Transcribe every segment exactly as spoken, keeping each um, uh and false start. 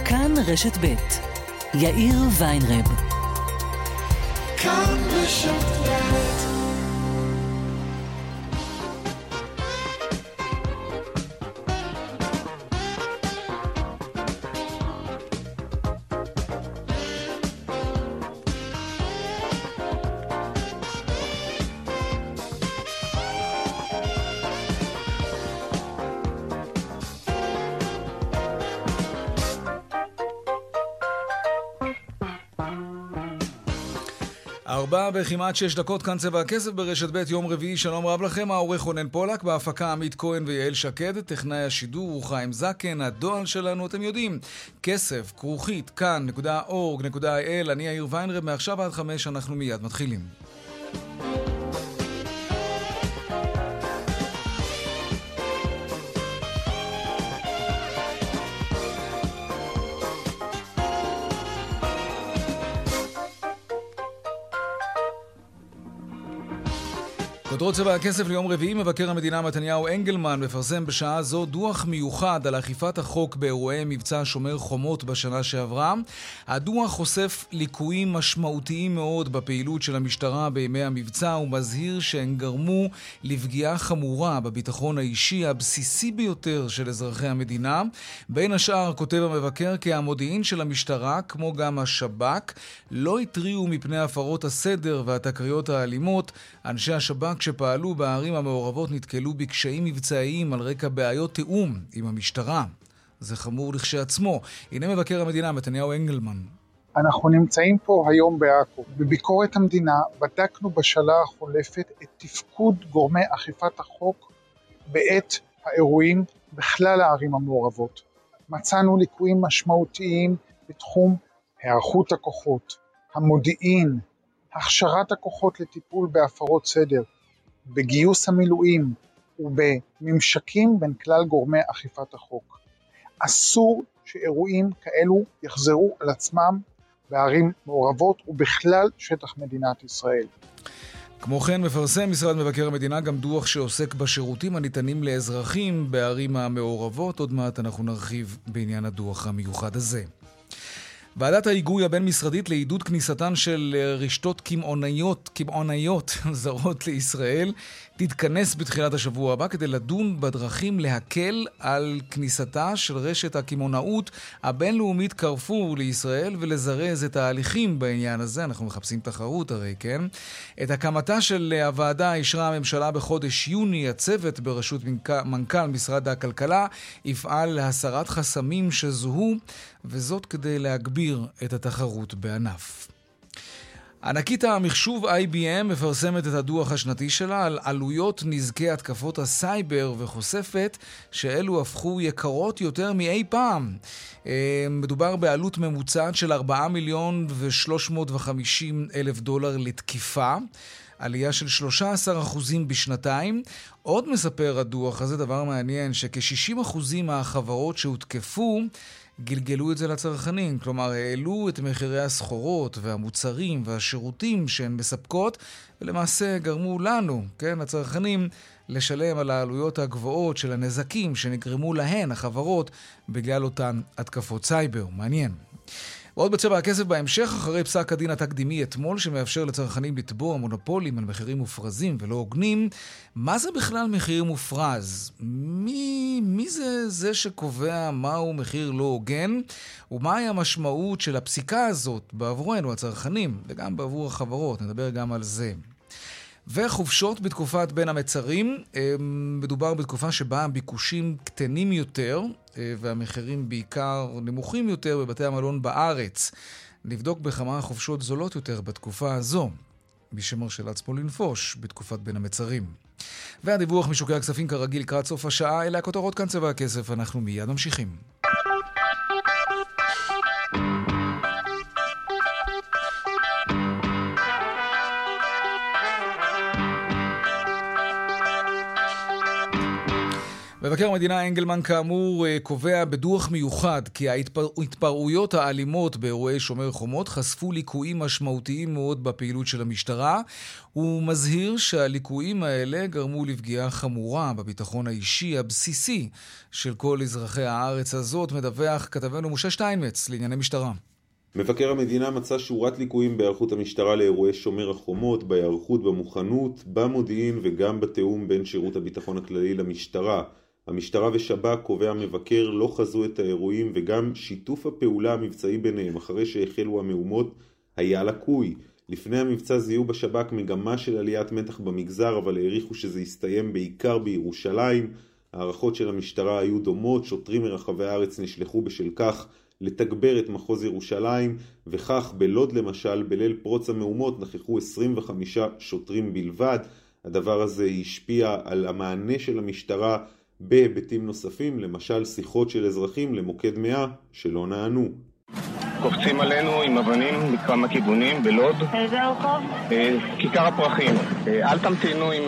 כאן רשת ב' יאיר ויינרב. כאן רשת ב'. ארבע וכמעט שש דקות, כאן צבע הכסף ברשת ב' יום רביעי. שלום רב לכם, העורך רונן פולק, בהפקה עמית כהן ויעל שקד, טכנאי השידור הוא חיים זקן. הדואל שלנו אתם יודעים, כסף כרוכית כאן נקודה אורג נקודה איי אל. אני יאיר ויינרב, מעכשיו עד חמש אנחנו מיד מתחילים. כותרות צבע הכסף ליום רביעי. מבקר המדינה מתניהו אנגלמן מפרסם בשעה זו דוח מיוחד על אכיפת החוק באירועי מבצע שומר חומות בשנה שעברה. הדוח חושף ליקויים משמעותיים מאוד בפעילות של המשטרה בימי המבצע ומזהיר שהן גרמו לפגיעה חמורה בביטחון האישי הבסיסי ביותר של אזרחי המדינה. בין השאר כותב המבקר כי המודיעין של המשטרה כמו גם השב"כ לא התריעו מפני הפרות הסדר והתקריות האלימות. אנשי השב"כ שפעלו בערים המעורבות נתקלו בקשיים מבצעיים על רקע בעיות תיאום עם המשטרה. זה חמור לכשעצמו. הנה מבקר המדינה מתניהו אנגלמן. אנחנו נמצאים פה היום בעכו. בביקורת המדינה בדקנו בשנה החולפת את תפקוד גורמי אכיפת החוק בעת האירועים בכלל הערים המעורבות. מצאנו ליקויים משמעותיים בתחום היערכות הכוחות, המודיעין, הכשרת הכוחות לטיפול בהפרות סדר, בגיוס המילואים ובממשקים בין כלל גורמי אכיפת החוק. אסור שאירועים כאלו יחזרו על עצמם בערים מעורבות ובכלל שטח מדינת ישראל. כמו כן מפרסם משרד מבקר המדינה גם דוח שעוסק בשירותים הניתנים לאזרחים בערים המעורבות. עוד מעט אנחנו נרחיב בעניין הדוח המיוחד הזה. ועדת ההיגוי הבין-משרדית לעידוד כניסתן של רשתות קמעונאיות, קמעונאיות זרות לישראל תתכנס בתחילת השבוע הבא כדי לדון בדרכים להקל על כניסתה של רשת הקמעונאות הבינלאומית קרפור לישראל ולזרז את ההליכים בעניין הזה. אנחנו מחפשים תחרות הרי, כן? את הקמתה של הוועדה אישרה הממשלה בחודש יוני. הצוות בראשות מנכ"ל משרד הכלכלה יפעל להסרת חסמים שזוהו, וזאת כדי להגביר את התחרות בענף. ענקית המחשוב איי בי אם מפרסמת את הדוח השנתי שלה על עלויות נזקי התקפות הסייבר וחושפת שאלו הפכו יקרות יותר מאי פעם. מדובר בעלות ממוצעת של ארבעה מיליון ושלוש מאות וחמישים אלף דולר לתקיפה, עלייה של שלושה עשר אחוזים בשנתיים. עוד מספר הדוח הזה דבר מעניין, שכ-שישים אחוזים מהחברות שהותקפו גלגלו את זה לצרכנים, כלומר העלו את מחירי הסחורות והמוצרים והשירותים שהן מספקות, ולמעשה גרמו לנו, כן, הצרכנים, לשלם על העלויות הגבוהות של הנזקים שנגרמו להן, החברות, בגלל אותן התקפות סייבר. מעניין. ועוד בצבע הכסף בהמשך, אחרי פסק הדין התקדימי אתמול שמאפשר לצרכנים לתבוע מונופולים על מחירים מופרזים ולא הוגנים. מה זה בכלל מחיר מופרז? מי, מי זה זה שקובע מהו מחיר לא הוגן? ומהי המשמעות של הפסיקה הזאת בעבורנו הצרכנים וגם בעבור החברות? נדבר גם על זה. וחופשות בתקופת בין המצרים. מדובר בתקופה שבה הביקושים קטנים יותר והמחירים בעיקר נמוכים יותר בבתי המלון בארץ. נבדוק בכמה חופשות זולות יותר בתקופה הזו, מי שמרשה לעצמו לנפוש בתקופת בין המצרים. והדיווח משוקי הכספים כרגיל לקראת סוף השעה. אלה הכותרות, כאן צבע הכסף. אנחנו מיד ממשיכים. מבקר המדינה אנגלמן כאמור קובע בדוח מיוחד כי ההתפרעויות האלימות באירועי שומר חומות חשפו ליקויים משמעותיים מאוד בפעילות של המשטרה. הוא מזהיר שהליקויים האלה גרמו לפגיעה חמורה בביטחון האישי הבסיסי של כל אזרחי הארץ הזאת. מדווח כתבנו משה שטיינמץ לענייני משטרה. מבקר המדינה מצא שורת ליקויים בהיערכות המשטרה לאירועי שומר החומות, בהיערכות במוכנות, במודיעין וגם בתיאום בין שירות הביטחון הכללי למשטרה. המשטרה ושב"כ, קובע המבקר, לא חזו את האירועים וגם שיתוף הפעולה המבצעי ביניהם אחרי שהחלו המהומות היה לקוי. לפני המבצע זיהו בשב"כ מגמה של עליית מתח במגזר, אבל העריכו שזה יסתיים בעיקר בירושלים. הערכות של המשטרה היו דומות, שוטרים מרחבי הארץ נשלחו בשל כך לתגבר את מחוז ירושלים, וכך בלוד למשל, בליל פרוץ המהומות נכחו עשרים וחמישה שוטרים בלבד. הדבר הזה השפיע על המענה של המשטרה בהיבטים נוספים, למשל שיחות של אזרחים למוקד מאה שלא נענו. קופצים עלינו עם אבנים מכמה כיוונים בלוד. איזה רחוב? כיכר הפרחים. אל תמתינו אם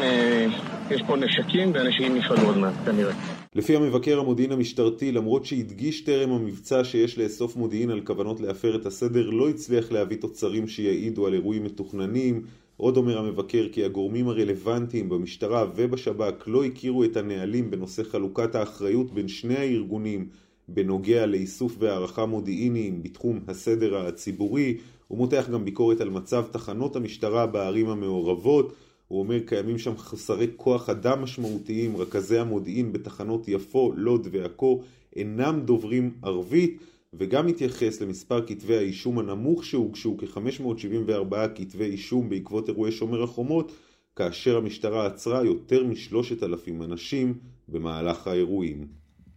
יש פה נשקים ואנשים יפעלו עוד מעט, כנראה. לפי המבקר, המודיעין המשטרתי, למרות שהדגיש טרם המבצע שיש לאסוף מודיעין על כוונות להפר את הסדר, לא הצליח להביא תוצרים שיעידו על אירועים מתוכננים. עוד אומר המבקר כי הגורמים הרלוונטיים במשטרה ובשב"כ לא הכירו את הנהלים בנושא חלוקת האחריות בין שני הארגונים בנוגע לאיסוף והערכה מודיעיניים בתחום הסדר הציבורי. הוא מותח גם ביקורת על מצב תחנות המשטרה בערים המעורבות. הוא אומר קיימים שם חסרי כוח אדם משמעותיים, רכזי המודיעין בתחנות יפו, לוד ועכו אינם דוברים ערבית, וגם מתייחס למספר כתבי האישום הנמוך שהוגשו, כ-חמש מאות שבעים וארבעה כתבי אישום בעקבות אירועי שומר החומות, כאשר המשטרה עצרה יותר משלושת אלפים אנשים במהלך האירועים.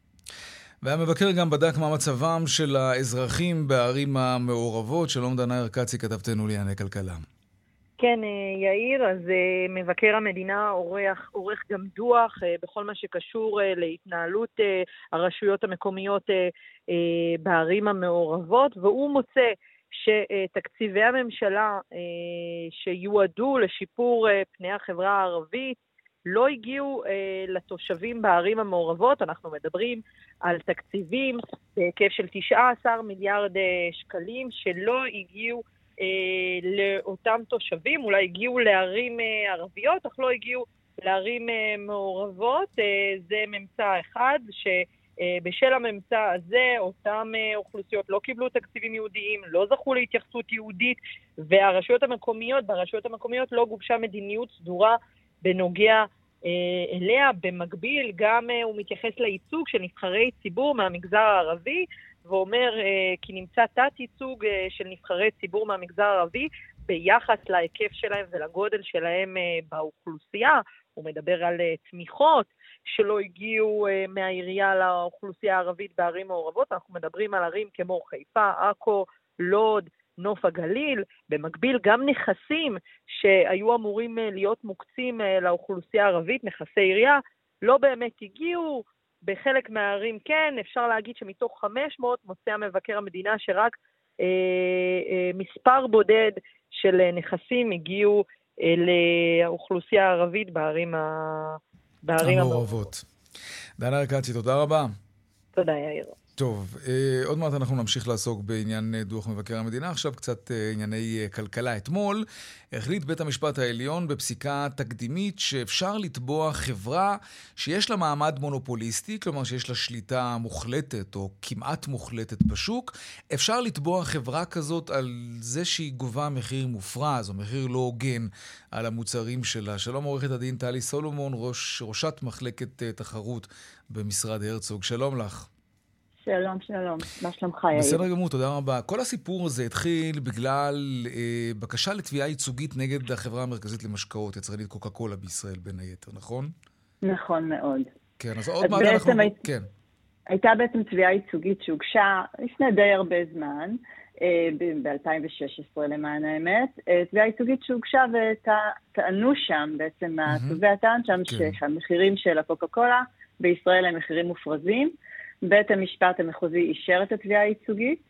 והמבקר גם בדק מה מצבם של האזרחים בערים המעורבות. שלום דנה ארקצי, כתבתנו לענייני כלכלה. כן, יאיר, אז מבקר המדינה עורך, עורך גם דוח בכל מה שקשור להתנהלות הרשויות המקומיות בערים המעורבות, והוא מוצא שתקציבי הממשלה שיועדו לשיפור פני החברה הערבית לא הגיעו לתושבים בערים המעורבות. אנחנו מדברים על תקציבים בהיקף של תשעה עשר מיליארד שקלים שלא הגיעו לאותם תושבים. אולי הגיעו לערים ערביות, אך לא הגיעו לערים מעורבות. זה ממצא אחד, שבשל הממצא הזה אותם אוכלוסיות לא קיבלו תקציבים יהודיים, לא זכו להתייחסות יהודית, והרשויות המקומיות, ברשויות המקומיות לא גובשה מדיניות סדורה בנוגע אליה. במקביל גם הוא מתייחס לייצוג של נבחרי ציבור מהמגזר הערבי, ואומר כי נמצא תת ייצוג של נבחרי ציבור מהמגזר הערבי ביחס להיקף שלהם ולגודל שלהם באוכלוסייה. הוא מדבר על תמיכות שלא הגיעו מהעירייה לאוכלוסייה הערבית בערים מעורבות. אנחנו מדברים על ערים כמו חיפה, עכו, לוד, נוף הגליל. במקביל גם נכסים שהיו אמורים להיות מוקצים לאוכלוסייה הערבית, נכסי עירייה, לא באמת הגיעו. בחלק מהערים כן, אפשר להגיד שמתוך חמש מאות מוצא המבקר המדינה שרק אה, אה, מספר בודד של נכסים הגיעו אה, לאוכלוסייה הערבית בערים, ה... בערים המעורבות. דנה ארקצי, תודה רבה. תודה יאיר. טוב, עוד מעט אנחנו נמשיך לעסוק בעניין דוח מבקר המדינה. עכשיו קצת ענייני כלכלה. אתמול החליט בית המשפט העליון בפסיקה תקדימית שאפשר לתבוע חברה שיש לה מעמד מונופוליסטי, כלומר שיש לה שליטה מוחלטת או כמעט מוחלטת בשוק. אפשר לתבוע חברה כזאת על זה שהיא גובה מחיר מופרז או מחיר לא הוגן על המוצרים שלה. שלום עורכת הדין טלי סולומון, ראש, ראשת מחלקת תחרות במשרד הרצוג. שלום לך. שלום, שלום. מה שלומך, יאיר? בסדר גמור, תודה רבה. כל הסיפור הזה התחיל בגלל אה, בקשה לתביעה ייצוגית נגד החברה המרכזית למשקאות, יצרנית קוקה קולה בישראל בין היתר, נכון? נכון מאוד. כן, אז עוד מעט אנחנו... היית... כן. הייתה בעצם תביעה ייצוגית שהוגשה לפני די הרבה זמן, אה, ב-אלפיים ושש עשרה למען האמת, אה, תביעה ייצוגית שהוגשה וטענו שם, בעצם התובע טען שם כן. שהמחירים של הקוקה קולה בישראל הם מחירים מופרזים, בית המשפט המחוזי אישר את התביעה הייצוגית,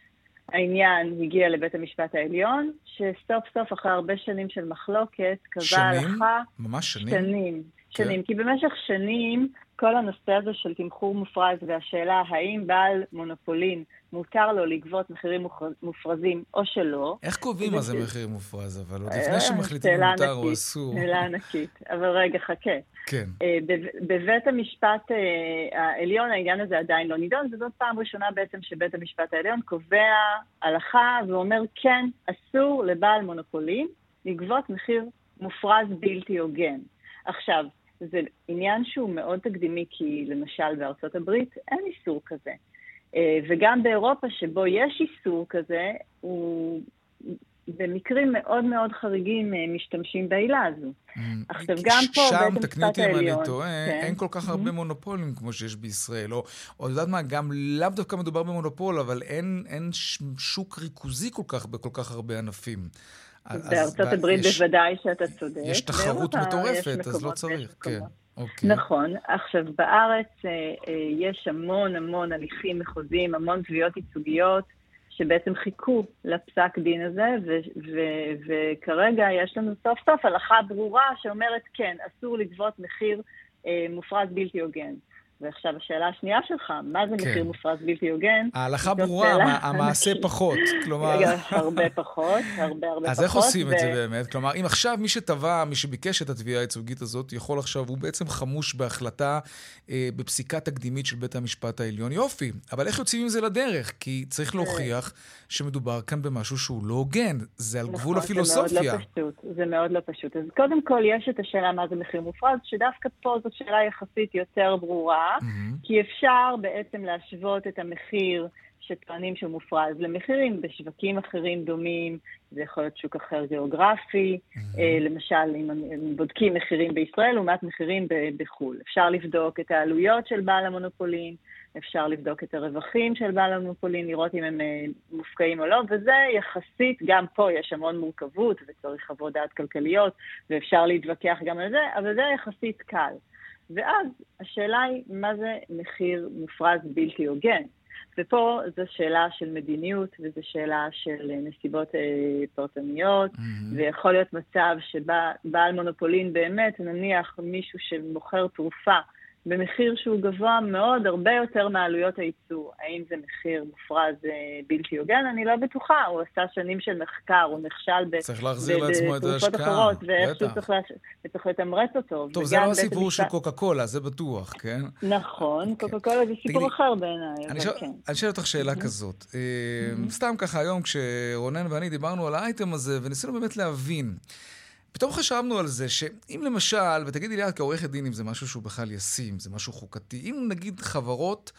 העניין הגיע לבית המשפט העליון, שסוף סוף אחרי הרבה שנים של מחלוקת, קבע הלכה... ממש שנים? שנים, שנים. כן. כי במשך שנים כל הנושא הזה של תמחור מופרז והשאלה האם בעל מונופולין מותר לו לגבות מחירים מופרזים או שלא. איך קובעים מה זה מחיר מופרז, אבל עוד לפני שמחליטים אם מותר או אסור. שאלה ענקית, אבל רגע, חכה. כן. בבית המשפט העליון העניין הזה עדיין לא נידון, וזאת פעם ראשונה בעצם שבית המשפט העליון קובע הלכה ואומר כן, אסור לבעל מונופולין לגבות מחיר מופרז בלתי הוגן. עכשיו, זה עניין שהוא מאוד תקדימי, כי למשל בארצות הברית אין איסור כזה. וגם באירופה שבו יש איסור כזה, הוא במקרים מאוד מאוד חריגים משתמשים בעילה הזו. עכשיו גם פה שם, בית תקני המשפט אותי אם אני העליון, טועה, כן. אין כל כך הרבה מונופולים כמו שיש בישראל, או, או יודעת מה, גם לאו דווקא מדובר במונופול, אבל אין, אין שוק ריכוזי כל כך בכל כך הרבה ענפים. בארצות הברית בוודאי שאתה צודק. יש תחרות מטורפת, אז לא צריך. כן. אוקיי. נכון. עכשיו, בארץ יש המון המון הליכים מחוזיים, המון תביעות ייצוגיות, שבעצם חיכו לפסק דין הזה, וכרגע יש לנו סוף סוף הלכה ברורה שאומרת כן, אסור לגבות מחיר מופרז בלתי הוגן. ועכשיו השאלה השנייה שלך, מה זה מחיר מופרז בלתי הוגן? ההלכה ברורה, המעשה פחות. הרבה פחות, הרבה הרבה פחות. אז איך עושים את זה באמת? כלומר, אם עכשיו מי שטבע, מי שביקש את התביעה הייצוגית הזאת, יכול עכשיו, הוא בעצם חמוש בהחלטה בפסיקה תקדימית של בית המשפט העליון. יופי, אבל איך יוצאים עם זה לדרך? כי צריך להוכיח שמדובר כאן במשהו שהוא לא הוגן. זה על גבול הפילוסופיה. זה מאוד לא פשוט. אז קודם כל יש את השאלה מה זה מחיר מופרז, שדווקא פה זאת שאלה יחסית יותר ברורה, כי אפשר בעצם להשוות את המחיר שטוענים שהוא מופרז למחירים בשווקים אחרים דומים, זה יכול להיות שוק אחר גיאוגרפי, למשל אם בודקים מחירים בישראל לעומת מחירים בחו"ל. אפשר לבדוק את העלויות של בעל המונופולין, אפשר לבדוק את הרווחים של בעל המונופולין, לראות אם הם מופקעים או לא, וזה יחסית, גם פה יש המון מורכבות וצריך חוות דעת כלכליות, ואפשר להתווכח גם על זה, אבל זה יחסית קל. ואז השאלה היא, מה זה מחיר מופרז בלתי הוגן? ופה זו שאלה של מדיניות, וזו שאלה של נסיבות אה, פרטניות, mm-hmm. ויכול להיות מצב שבעל מונופולין באמת, נניח מישהו שמוכר תרופה, במחיר שהוא גבוה מאוד, הרבה יותר מעלויות הייצור. האם זה מחיר מופרז בלתי הוגן? אני לא בטוחה. הוא עשה שנים של מחקר, הוא נכשל צריך להחזיר לעצמו את ההשקעה. ואיכשהו צריך לתמרץ אותו. טוב, זה לא הסיפור של קוקה קולה, זה בטוח, כן? נכון, קוקה קולה זה סיפור אחר בעיניי. אני שואל אותך שאלה כזאת. סתם ככה היום, כשרונן ואני דיברנו על האייטם הזה, וניסינו באמת להבין, פתאום חשבנו על זה שאם למשל, ותגידי לי כעורכת דין אם זה משהו שהוא בכלל ישים, זה משהו חוקתי, אם נגיד חברות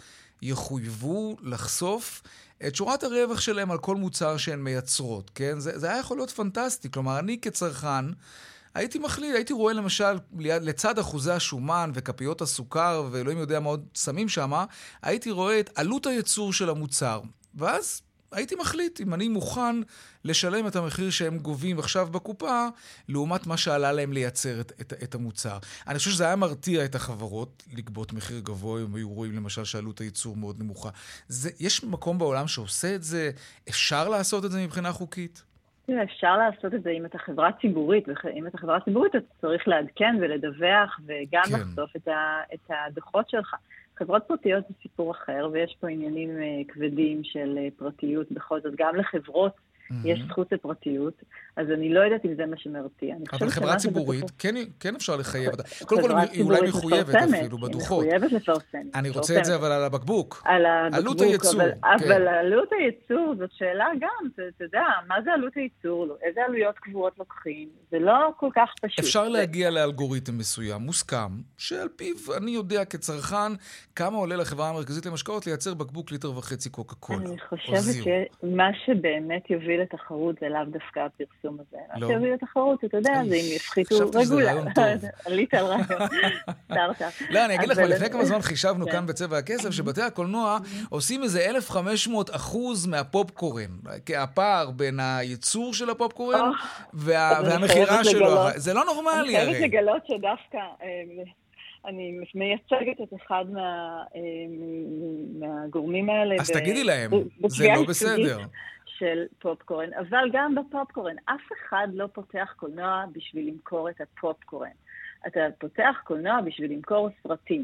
יחויבו לחשוף את שורת הרווח שלהם על כל מוצר שהן מייצרות, כן? זה, זה היה יכול להיות פנטסטי. כלומר, אני כצרכן הייתי מחליט, הייתי רואה למשל לצד אחוזי השומן וכפיות הסוכר ואלוהים יודע מה עוד שמים שם, הייתי רואה את עלות הייצור של המוצר. ואז הייתי מחליט אם אני מוכן לשלם את המחיר שהם גובים עכשיו בקופה, לעומת מה שעלה להם לייצר את, את, את המוצר. אני חושב שזה היה מרתיע את החברות לגבות מחיר גבוה, אם היו רואים למשל שעלות הייצור מאוד נמוכה. זה, יש מקום בעולם שעושה את זה? אפשר לעשות את זה מבחינה חוקית? אפשר לעשות את זה אם אתה חברה ציבורית, ואם אתה חברה ציבורית אתה צריך לעדכן ולדווח וגם כן. לחשוף את, ה, את הדוחות שלך. חברות פרטיות זה סיפור אחר, ויש פה עניינים כבדים של פרטיות בכל זאת, גם לחברות יש זכות לפרטיות, אז אני לא יודעת אם זה מה שמרתיע. אבל חברה ציבורית, כן אפשר לחייב אותה. קודם כל, היא אולי מחויבת אפילו בדוחות. היא מחויבת לפרסם. אני רוצה את זה, אבל על הבקבוק. על עלות הייצור. אבל עלות הייצור, זאת שאלה גם, אתה יודע, מה זה עלות הייצור? איזה עלויות קבועות לוקחים? זה לא כל כך פשוט. אפשר להגיע לאלגוריתם מסוים, מוסכם, שעל פיו אני יודע כצרכן כמה עולה לחברה המרכזית למשקאות לייצר בקבוק ליטר וחצי קוקה קולה. אני חושבת שמה שבאמת יוביל לתחרות זה לאו דווקא הפרסום הזה. מה שיוביל לתחרות, אתה יודע, זה אם יפחיתו רגולה. עלית על רעיון. סטארט-אפ. לא, אני אגיד לך, לפני כמה זמן חישבנו כאן בצבע הכסף, שבתי הקולנוע עושים איזה אלף וחמש מאות אחוז מהפופקורן. הפער בין הייצור של הפופקורן והמחירה שלו. זה לא נורמלי הרי. אני חייבת לגלות שדווקא אני מייצגת את אחד מה, מהגורמים האלה. אז תגידי להם, זה לא בסדר. של פופקורן, אבל גם בפופקורן. אף אחד לא פותח קולנוע בשביל למכור את הפופקורן. אתה פותח קולנוע בשביל למכור סרטים.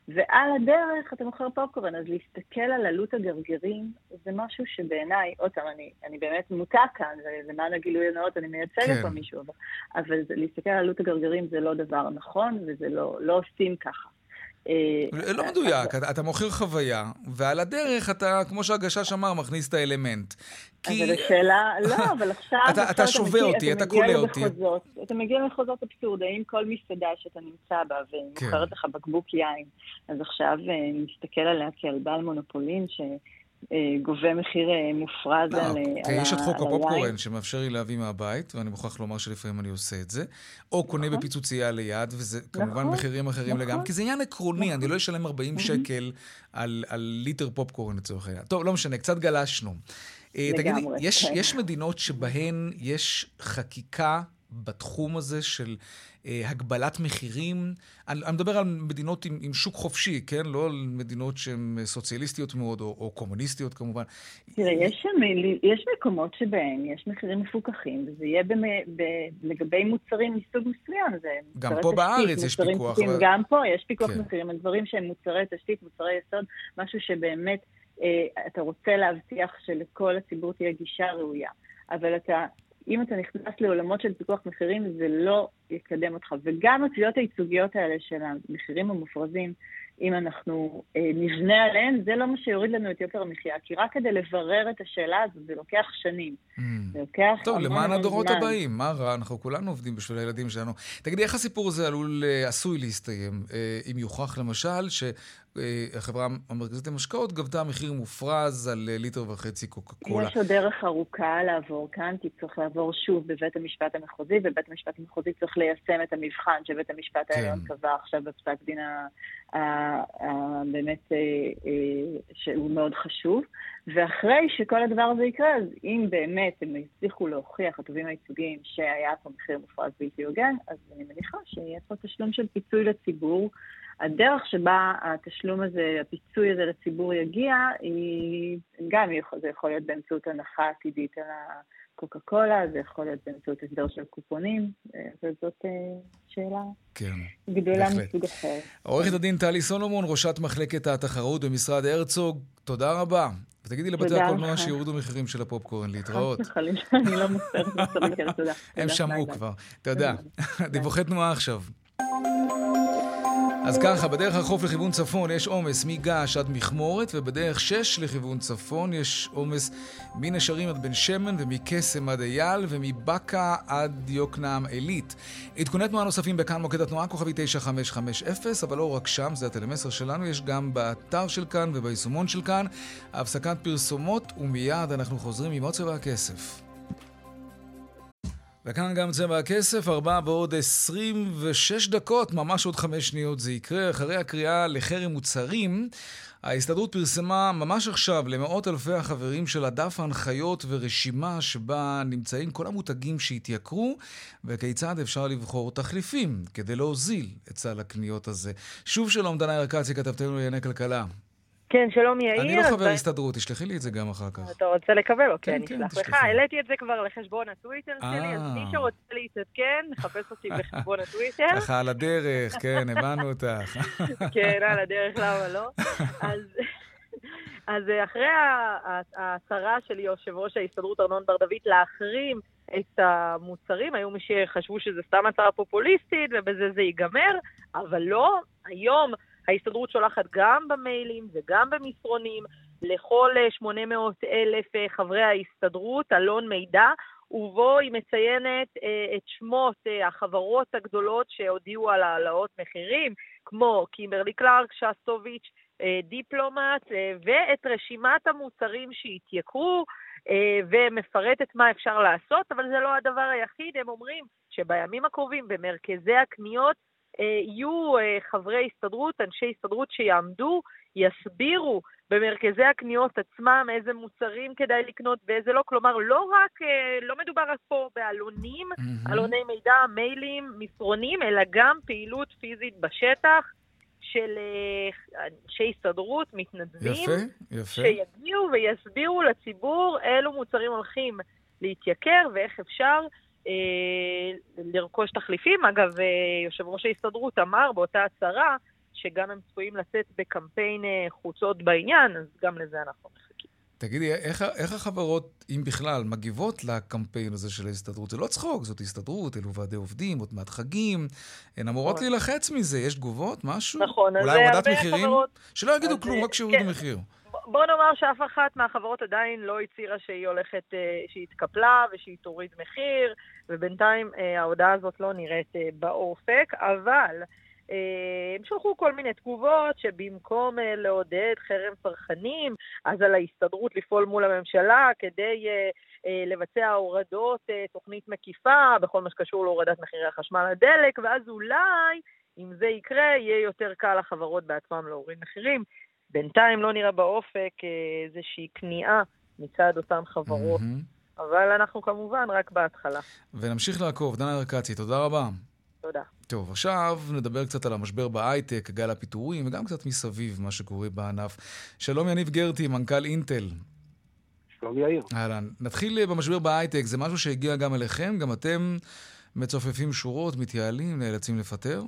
ועל הדרך אתה מוכר פופקורן, אז להסתכל על עלות הגרגרים, זה משהו שבעיניי, עוד פעם, אני, אני באמת מוטה כאן, ולמען הגילוי הנאות אני מייצגת כן. פה מישהו, אבל, אבל להסתכל על עלות הגרגרים זה לא דבר נכון, וזה לא, לא עושים ככה. לא מדויק, אתה מוכר חוויה, ועל הדרך אתה, כמו שהגשש אמר, מכניס את האלמנט. אבל השאלה, לא, אבל עכשיו... אתה שובה אותי, אתה קולה אותי. אתה מגיע למחוזות אבסורדיים, כל מסעדה שאתה נמצא בה, ומוכרת לך בקבוק יין, אז עכשיו נסתכל עליה כעל בעל מונופולין, ש... גובה מחיר מופרז על היין. יש את חוק הפופקורן שמאפשר לי להביא מהבית, ואני מוכרח לומר שלפעמים אני עושה את זה, או קונה בפיצוצייה ליד, וזה כמובן מחירים אחרים לגמרי, כי זה עניין עקרוני, אני לא אשלם ארבעים שקל על ליטר פופקורן לצורך העניין. טוב, לא משנה, קצת גלשנו. תגידי, יש מדינות שבהן יש חקיקה בתחום הזה של הגבלת מחירים? אני, אני מדבר על מדינות עם, עם שוק חופשי, כן? לא על מדינות שהן סוציאליסטיות מאוד, או, או קומוניסטיות כמובן. תראה, יש, שם, יש מקומות שבהם יש מחירים מפוקחים, וזה יהיה במ, ב, לגבי מוצרים מסוג מסוים. זה גם פה בארץ תשתית, יש פיקוח. אבל... גם פה יש פיקוח כן. מחירים, על דברים שהם מוצרי תשתית, מוצרי יסוד, משהו שבאמת אה, אתה רוצה להבטיח שלכל הציבור תהיה גישה ראויה. אבל אתה... אם אתה נכנס לעולמות של פיקוח מחירים, זה לא יקדם אותך. וגם התביעות הייצוגיות האלה של המחירים המופרזים, אם אנחנו אה, נבנה עליהן, זה לא מה שיוריד לנו את יוקר המחיה. כי רק כדי לברר את השאלה הזאת, זה לוקח שנים. Mm. זה לוקח טוב, למען הדורות זמן. הבאים, מה רע? אנחנו כולנו עובדים בשביל הילדים שלנו. תגידי, איך הסיפור הזה עלול, עשוי להסתיים? אה, אם יוכח למשל שהחברה המרכזית למשקאות גבתה מחיר מופרז על ליטר וחצי קוקה קולה. יש עוד דרך ארוכה לעבור כאן, כי צריך לעבור שוב בבית המשפט המחוזי, ובית המשפט המחוזי צריך ליישם את המבחן שבית המשפט כן. העליון קבע עכשיו בפסק דין באמת שהוא מאוד חשוב. ואחרי שכל הדבר הזה יקרה, אז אם באמת הם יצליחו להוכיח הטובים הייצוגיים שהיה פה מחיר מופרז בלתי הוגן, אז אני מניחה שיהיה פה תשלום של פיצוי לציבור. הדרך שבה התשלום הזה, הפיצוי הזה לציבור יגיע, היא גם זה יכול להיות באמצעות הנחה עתידית על הקוקה קולה, זה יכול להיות באמצעות הסדר של קופונים, וזאת שאלה כן, גדולה מסוג אחר. עורכת הדין טלי סולומון, ראשת מחלקת התחרות במשרד הרצוג, תודה רבה. ותגידי לבתי הקולנוע שיורדו מחירים של הפופקורן, להתראות. אני לא מוספרת מסורת, תודה. הם שמעו כבר, תודה. דיווחי תנועה עכשיו. אז ככה, בדרך החוף לכיוון צפון יש עומס מגעש עד מכמורת, ובדרך שש לכיוון צפון יש עומס מנשרים עד בן שמן ומקסם עד אייל ומבקה עד יוקנעם עילית. עדכוני תנועה נוספים בכאן מוקד התנועה כוכבי תשע חמש חמש אפס, אבל לא רק שם, זה הטלמסר שלנו, יש גם באתר של כאן וביישומון של כאן. הפסקת פרסומות ומיד אנחנו חוזרים עם עוד צבע הכסף. וכאן גם צבע הכסף, ארבע בעוד עשרים ושש דקות, ממש עוד חמש שניות זה יקרה. אחרי הקריאה לחרם מוצרים, ההסתדרות פרסמה ממש עכשיו למאות אלפי החברים של הדף ההנחיות ורשימה שבה נמצאים כל המותגים שהתייקרו, וכיצד אפשר לבחור תחליפים כדי להוזיל את סל הקניות הזה. שוב שלום, דנה ירקצי, כתבתנו לענייני כלכלה. כן, שלום יאיר. אני לא חבר הסתדרות, תשלחי לי את זה גם אחר כך. אתה רוצה לקבל? אוקיי, אני אשלח לך. העליתי את זה כבר לחשבון הטוויטר שלי, אז מי שרוצה להתעדכן, נחפש אותי בחשבון הטוויטר. ככה על הדרך, כן, הבנו אותך. כן, על הדרך, למה לא? אז אחרי ההצהרה של יושב ראש ההסתדרות ארנון בר דוד להחרים את המוצרים, היו מי שחשבו שזה סתם הצהרה פופוליסטית, ובזה זה ייגמר, אבל לא, היום ההסתדרות שולחת גם במיילים וגם במסרונים לכל שמונה מאות אלף חברי ההסתדרות אלון מידע, ובו היא מציינת את שמות החברות הגדולות שהודיעו על העלאות מחירים, כמו קימברלי קלארק, שסטוביץ', דיפלומט, ואת רשימת המוצרים שהתייקרו, ומפרטת מה אפשר לעשות, אבל זה לא הדבר היחיד. הם אומרים שבימים הקרובים במרכזי הקניות יהיו חברי הסתדרות, אנשי הסתדרות שיעמדו, יסבירו במרכזי הקניות עצמם איזה מוצרים כדאי לקנות ואיזה לא, כלומר לא רק, לא מדובר פה בעלונים, mm-hmm. עלוני מידע, מיילים, מסרונים, אלא גם פעילות פיזית בשטח של אנשי הסתדרות, מתנדבים, יפה, יפה. שיגיעו ויסבירו לציבור אילו מוצרים הולכים להתייקר ואיך אפשר לרכוש תחליפים. אגב, יושב ראש ההסתדרות אמר באותה הצהרה שגם הם צפויים לצאת בקמפיין חוצות בעניין, אז גם לזה אנחנו מחכים. תגידי, איך, איך החברות, אם בכלל, מגיבות לקמפיין הזה של ההסתדרות? זה לא צחוק, זאת הסתדרות, אלו ועדי עובדים, עוד מעט חגים, הן אמורות נכון. להילחץ מזה, יש תגובות, משהו? נכון, אז אולי הורדת מחירים? חברות... שלא יגידו אז, כלום, רק שיורידו כן. מחיר. בוא נאמר שאף אחת מהחברות עדיין לא הצהירה שהיא הולכת, שהיא התקפלה ושהיא תוריד מחיר, ובינתיים ההודעה הזאת לא נראית באופק, אבל הם שלחו כל מיני תגובות שבמקום לעודד חרם צרכנים, אז על ההסתדרות לפעול מול הממשלה כדי לבצע הורדות, תוכנית מקיפה בכל מה שקשור להורדת מחירי החשמל הדלק, ואז אולי אם זה יקרה יהיה יותר קל לחברות בעצמם להוריד מחירים. בינתיים לא נראה באופק איזושהי כניעה מצד אותן חברות, mm-hmm. אבל אנחנו כמובן רק בהתחלה. ונמשיך לעקוב. דנה ארקצי, תודה רבה. תודה. טוב, עכשיו נדבר קצת על המשבר בהייטק, גל הפיטורים, וגם קצת מסביב מה שקורה בענף. שלום יניב גרטי, מנכ"ל אינטל. שלום יאיר. אהלן. נתחיל במשבר בהייטק, זה משהו שהגיע גם אליכם, גם אתם מצופפים שורות, מתייעלים, נאלצים לפטר?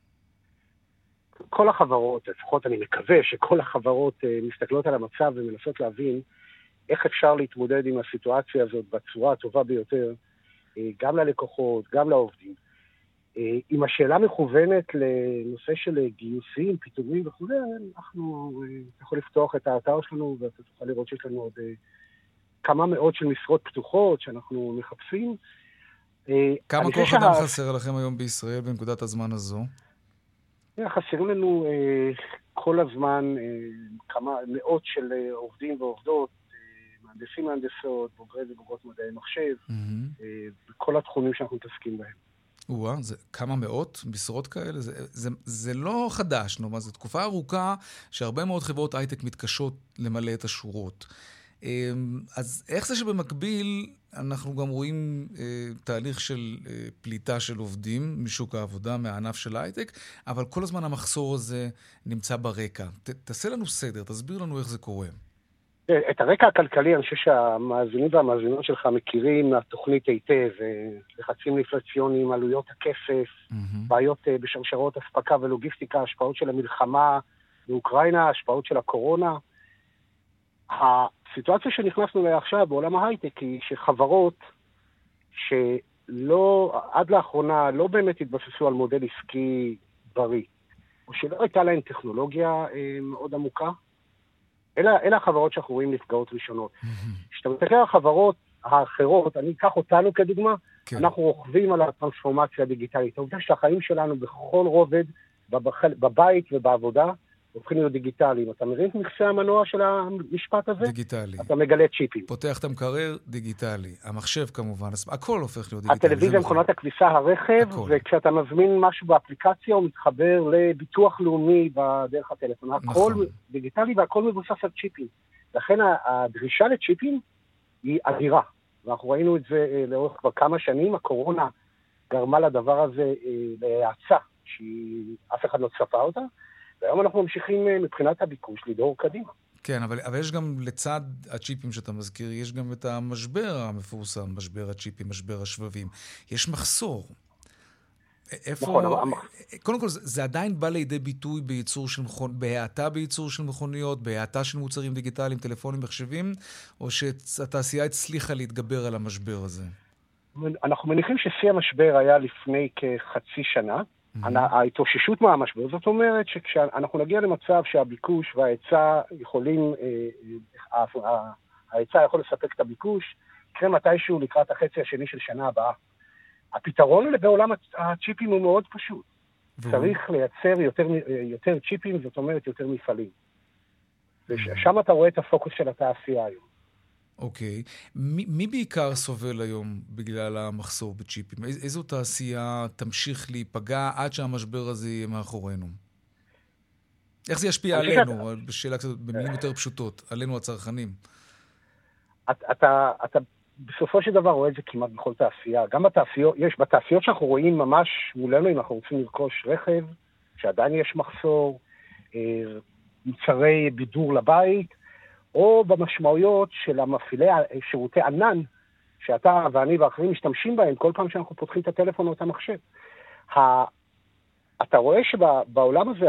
כל החברות, לפחות אני מקווה שכל החברות uh, מסתכלות על המצב ומנסות להבין איך אפשר להתמודד עם הסיטואציה הזאת בצורה הטובה ביותר, uh, גם ללקוחות, גם לעובדים. Uh, אם השאלה מכוונת לנושא של גיוסים, פיטורים וכו', אנחנו uh, יכול לפתוח את האתר שלנו ואתה תוכל לראות שיש לנו עוד uh, כמה מאות של משרות פתוחות שאנחנו מחפשים. Uh, כמה כוח אדם שה... חסר לכם היום בישראל בנקודת הזמן הזו? חסרים לנו אה, כל הזמן אה, כמה מאות של אה, עובדים ועובדות, אה, מהנדסים מהנדסות, בוגרי ובוגרות מדעי מחשב, mm-hmm. אה, בכל התחומים שאנחנו מתעסקים בהם. וואה, זה כמה מאות משרות כאלה? זה, זה, זה לא חדש, נו, מה, זו תקופה ארוכה שהרבה מאוד חברות הייטק מתקשות למלא את השורות. אז איך זה שבמקביל אנחנו גם רואים אה, תהליך של אה, פליטה של עובדים משוק העבודה, מהענף של הייטק, אבל כל הזמן המחסור הזה נמצא ברקע. ת, תעשה לנו סדר, תסביר לנו איך זה קורה. את הרקע הכלכלי, אני חושב שהמאזינים והמאזינות שלך מכירים מהתוכנית היטב, לחצים אינפלציוניים, עלויות הכסף, mm-hmm. בעיות בשרשרות אספקה ולוגיסטיקה, השפעות של המלחמה באוקראינה, השפעות של הקורונה. הסיטואציה שנכנסנו לה עכשיו בעולם ההייטק היא שחברות שלא, עד לאחרונה לא באמת התבססו על מודל עסקי בריא, או שלא הייתה להן טכנולוגיה מאוד עמוקה, אלה, אלה החברות שאנחנו רואים נפגעות ראשונות. כשאתה מסתכל על החברות האחרות, אני אקח אותנו כדוגמה, כן. אנחנו רוכבים על הטרנספורמציה הדיגיטלית. העובדה שהחיים שלנו בכל רובד, בבית ובעבודה, הופכים להיות דיגיטליים. אתה מבין את מכסה המנוע של המשפט הזה? דיגיטלי. אתה מגלה צ'יפים. פותח את המקרר, דיגיטלי. המחשב כמובן, הכל הופך להיות דיגיטלי. הטלוויזיה, מכונת הכביסה, הרכב, הכל. וכשאתה מזמין משהו באפליקציה, הוא מתחבר לביטוח לאומי בדרך הטלפון. הכל נכון. דיגיטלי והכל מבוסס על צ'יפים. לכן הדרישה לצ'יפים היא אדירה. ואנחנו ראינו את זה לאורך כבר כמה שנים. הקורונה גרמה לדבר הזה להאצה, שאף אחד לא צפה אותה. והיום אנחנו ממשיכים מבחינת הביקוש לדור קדימה. כן, אבל, אבל יש גם לצד הצ'יפים שאתה מזכיר, יש גם את המשבר המפורסם, משבר הצ'יפים, משבר השבבים. יש מחסור. איפה... נכון, אבל... קודם כל, זה, זה עדיין בא לידי ביטוי בייצור של מכונ... בהאטה בייצור של מכוניות, בהאטה של מוצרים דיגיטליים, טלפונים, מחשבים, או שהתעשייה הצליחה להתגבר על המשבר הזה? אנחנו מניחים ששיא המשבר היה לפני כחצי שנה, ההתאוששות מהמשבר, זאת אומרת שכשאנחנו נגיע למצב שהביקוש וההיצע יכולים, ההיצע יכול לספק את הביקוש, יקרה מתישהו לקראת החצי השני של שנה הבאה. הפתרון בעולם הצ'יפים הוא מאוד פשוט. צריך לייצר יותר, יותר צ'יפים, זאת אומרת יותר מפעלים. ושם אתה רואה את הפוקוס של התעשייה היום. אוקיי. מי, מי בעיקר סובל היום בגלל המחסור בצ'יפים? איז, איזו תעשייה תמשיך להיפגע עד שהמשבר הזה יהיה מאחורינו? איך זה ישפיע עלינו? שאת... בשאלה קצת, במילים יותר פשוטות, עלינו הצרכנים. אתה, אתה, אתה בסופו של דבר רואה את זה כמעט בכל תעשייה. גם בתעשיות, יש, בתעשיות שאנחנו רואים ממש מולנו, אם אנחנו רוצים לרכוש רכב, שעדיין יש מחסור, מוצרי בידור לבית, או במשמעויות של המפעילי שירותי ענן, שאתה ואני ואחרים משתמשים בהם כל פעם שאנחנו פותחים את הטלפון או את המחשב. אתה רואה שבעולם הזה,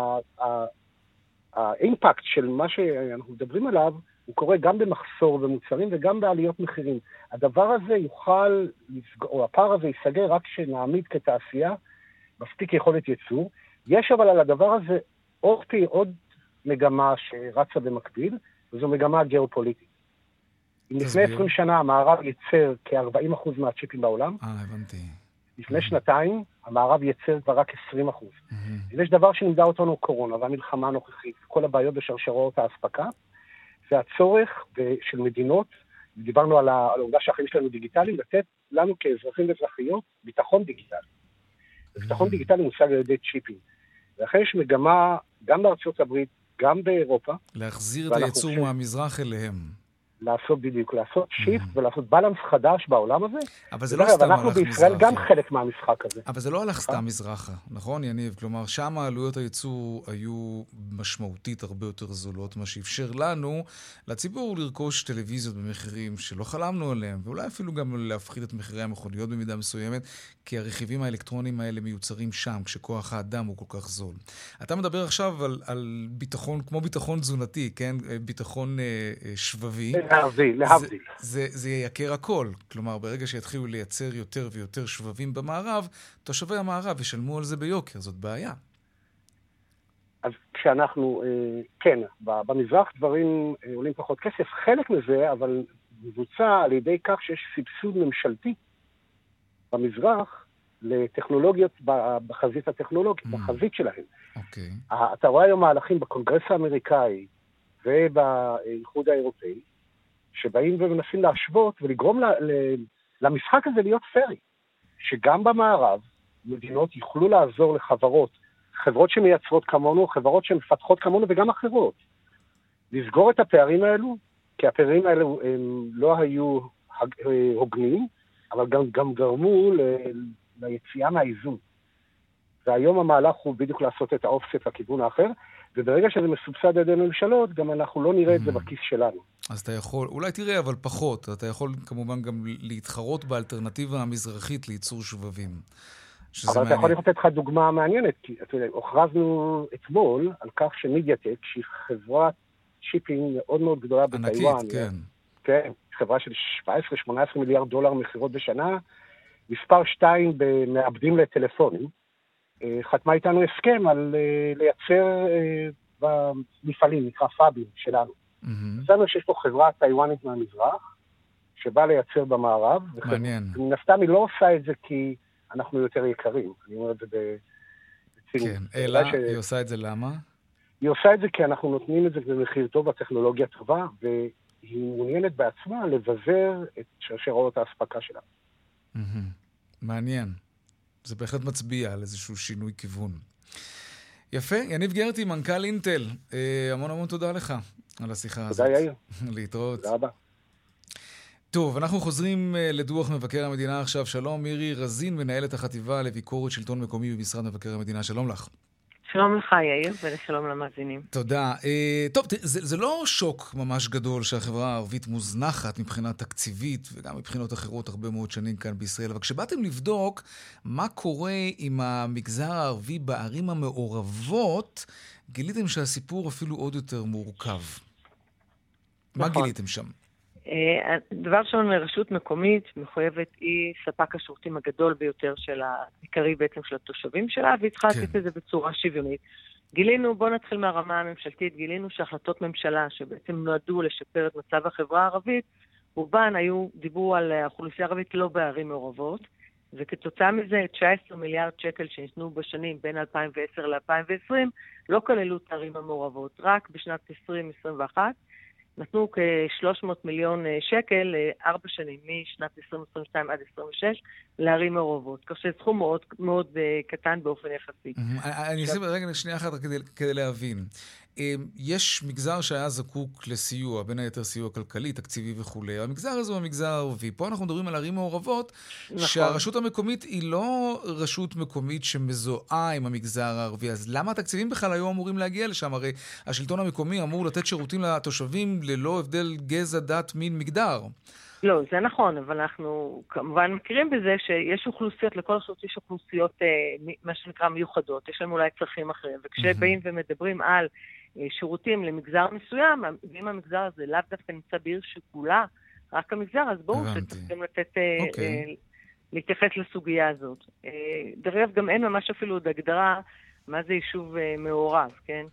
האימפקט של מה שאנחנו מדברים עליו, הוא קורה גם במחסור במוצרים וגם בעליות מחירים. הדבר הזה יוכל, או הפער הזה ייסגר רק שנעמיד כתעשייה, מספיק יכולת ייצור. יש אבל על הדבר הזה עוד, עוד מגמה שרצה במקביל, וזו מגמה גיאופוליטית. אם לפני עשרים שנה המערב ייצר כ-ארבעים אחוז מהצ'יפים בעולם, אה, הבנתי. לפני שנתיים המערב ייצר כבר רק עשרים אחוז. יש דבר שנמדע אותנו קורונה, והמלחמה הנוכחית, כל הבעיות בשרשרות האספקה, זה הצורך של מדינות, דיברנו על העובדה שהחיים שלנו דיגיטליים, לתת לנו כאזרחים ואזרחיות ביטחון דיגיטלי. ביטחון דיגיטלי מושג על ידי צ'יפים. ולכן יש מגמה גם בארצות הברית, גם באירופה. להחזיר את הייצור מהמזרח אליהם. לעשות בדיוק, לעשות שיפט ולעשות בלנס חדש בעולם הזה. אבל זה לא סתם הלך מזרחה. אנחנו בישראל גם חלק מהמשחק הזה. אבל זה לא הלך סתם מזרחה, נכון יניב? כלומר, שם העלויות הייצור היו משמעותית הרבה יותר זולות, מה שאפשר לנו, לציבור, לרכוש טלוויזיות במחירים שלא חלמנו עליהם, ואולי אפילו גם להפחית את מחירי המכוניות במידה מסוימת, כי הרכיבים האלקטרוניים האלה מיוצרים שם, כשכוח האדם הוא כל כך זול. אתה מדבר עכשיו על, על ביטחון, כמו ביטחון תזונתי, כן? ביטחון אה, שבבי. להבדיל, להבדיל. זה, זה, זה יקר הכל. כלומר, ברגע שיתחילו לייצר יותר ויותר שבבים במערב, תושבי המערב ישלמו על זה ביוקר. זאת בעיה. אז כשאנחנו, כן, במזרח דברים עולים פחות כסף, חלק מזה, אבל מבוצע על ידי כך שיש סבסוד ממשלתי במזרח לטכנולוגיות בחזית הטכנולוגית, בחזית שלהם. אוקיי. אתה רואה היום מהלכים בקונגרס האמריקאי ובאיחוד האירופאי, שבאים ומנסים להשוות ולגרום ל, ל, למשחק הזה להיות פרי. שגם במערב מדינות יוכלו לעזור לחברות, חברות שמייצרות כמונו, חברות שמפתחות כמונו וגם אחרות. לסגור את הפערים האלו, כי הפערים האלו הם לא היו הוגנים, אבל גם, גם גרמו ל, ליציאה מהאיזון. והיום המהלך הוא בדיוק לעשות את האופסט לכיוון האחר, וברגע שזה מסובסד על ידי ממשלות, גם אנחנו לא נראה את זה בכיס שלנו. אז אתה יכול, אולי תראה, אבל פחות, אתה יכול כמובן גם להתחרות באלטרנטיבה המזרחית לייצור שבבים. אבל אתה יכול לתת לך דוגמה מעניינת, כי אתה יודע, הוכרזנו אתמול על כך שמידיאטק, שהיא חברת שיפינג מאוד מאוד גדולה בטיואן. ענקית, כן. כן, חברה של שבע עשרה שמונה עשרה מיליארד דולר מחירות בשנה, מספר שתיים במעבדים לטלפונים, חתמה איתנו הסכם על לייצר במפעלים, נקרא פאבים שלנו. אז לנו שיש פה חברה טיואנית מהמזרח, שבאה לייצר במערב. מעניין. ומן הסתם היא לא עושה את זה כי אנחנו יותר יקרים. אני אומר את זה בציניות. כן, אלא היא עושה את זה למה? היא עושה את זה כי אנחנו נותנים את זה במחיר טוב, הטכנולוגיה טובה, והיא מעוניינת בעצמה לבזר את שרשרות האספקה שלה. מעניין. זה בהחלט מצביע על איזשהו שינוי כיוון. יפה, יניב גרטי, מנכ"ל אינטל. אה, המון המון תודה לך על השיחה הזאת. תודה יאיר. להתראות. תודה רבה. טוב, אנחנו חוזרים לדוח מבקר המדינה עכשיו. שלום, מירי רזין, מנהלת החטיבה לביקורת שלטון מקומי במשרד מבקר המדינה. שלום לך. שלום לך, יאיר, ולשלום למאזינים. תודה. אה, טוב, זה, זה לא שוק ממש גדול שהחברה הערבית מוזנחת מבחינה תקציבית, וגם מבחינות אחרות הרבה מאוד שנים כאן בישראל. אבל כשבאתם לבדוק מה קורה עם המגזר הערבי בערים המעורבות, גיליתם שהסיפור אפילו עוד יותר מורכב. מה נכון. גיליתם שם? דבר ראשון, רשות מקומית מחויבת היא ספק השירותים הגדול ביותר של העיקרי בעצם של התושבים שלה, והיא צריכה לעשות את זה בצורה שוויונית. גילינו, בוא נתחיל מהרמה הממשלתית, גילינו שהחלטות ממשלה שבעצם נועדו לשפר את מצב החברה הערבית, רובן היו, דיברו על האוכלוסייה הערבית לא בערים מעורבות, וכתוצאה מזה תשע עשרה מיליארד שקל שניתנו בשנים בין אלפיים ועשר ל-אלפיים ועשרים, לא כללו את הערים המעורבות, רק בשנת עשרים עשרים ואחת, נתנו כ-שלוש מאות מיליון שקל לארבע שנים, משנת עשרים עשרים ושתיים עד עשרים ושש, לערים מעורבות. כך שסכום מאוד, מאוד קטן באופן יחסי. אני אעשה רגע שנייה אחת כדי, כדי להבין. יש מגזר שהיה זקוק לסיוע, בין היתר סיוע כלכלי, תקציבי וכו'. המגזר הזה הוא המגזר הערבי. פה אנחנו מדברים על ערים מעורבות, נכון. שהרשות המקומית היא לא רשות מקומית שמזוהה עם המגזר הערבי. אז למה התקציבים בכלל היו אמורים להגיע לשם? הרי השלטון המקומי אמור לתת שירותים לתושבים ללא הבדל גזע, דת, מין, מגדר. לא, זה נכון, אבל אנחנו כמובן מכירים בזה שיש אוכלוסיות, לכל רשות יש אוכלוסיות, מה שנקרא מיוחדות, יש להם אולי צרכים אחרים, וכשבאים ומדברים על שירותים למגזר מסוים, ואם המגזר הזה לאו דווקא נמצא בעיר שכולה, רק המגזר, אז בואו שצריכים לתת, להתייחס לסוגיה הזאת. דרך אגב, גם אין ממש אפילו עוד הגדרה מה זה יישוב מעורב, כן?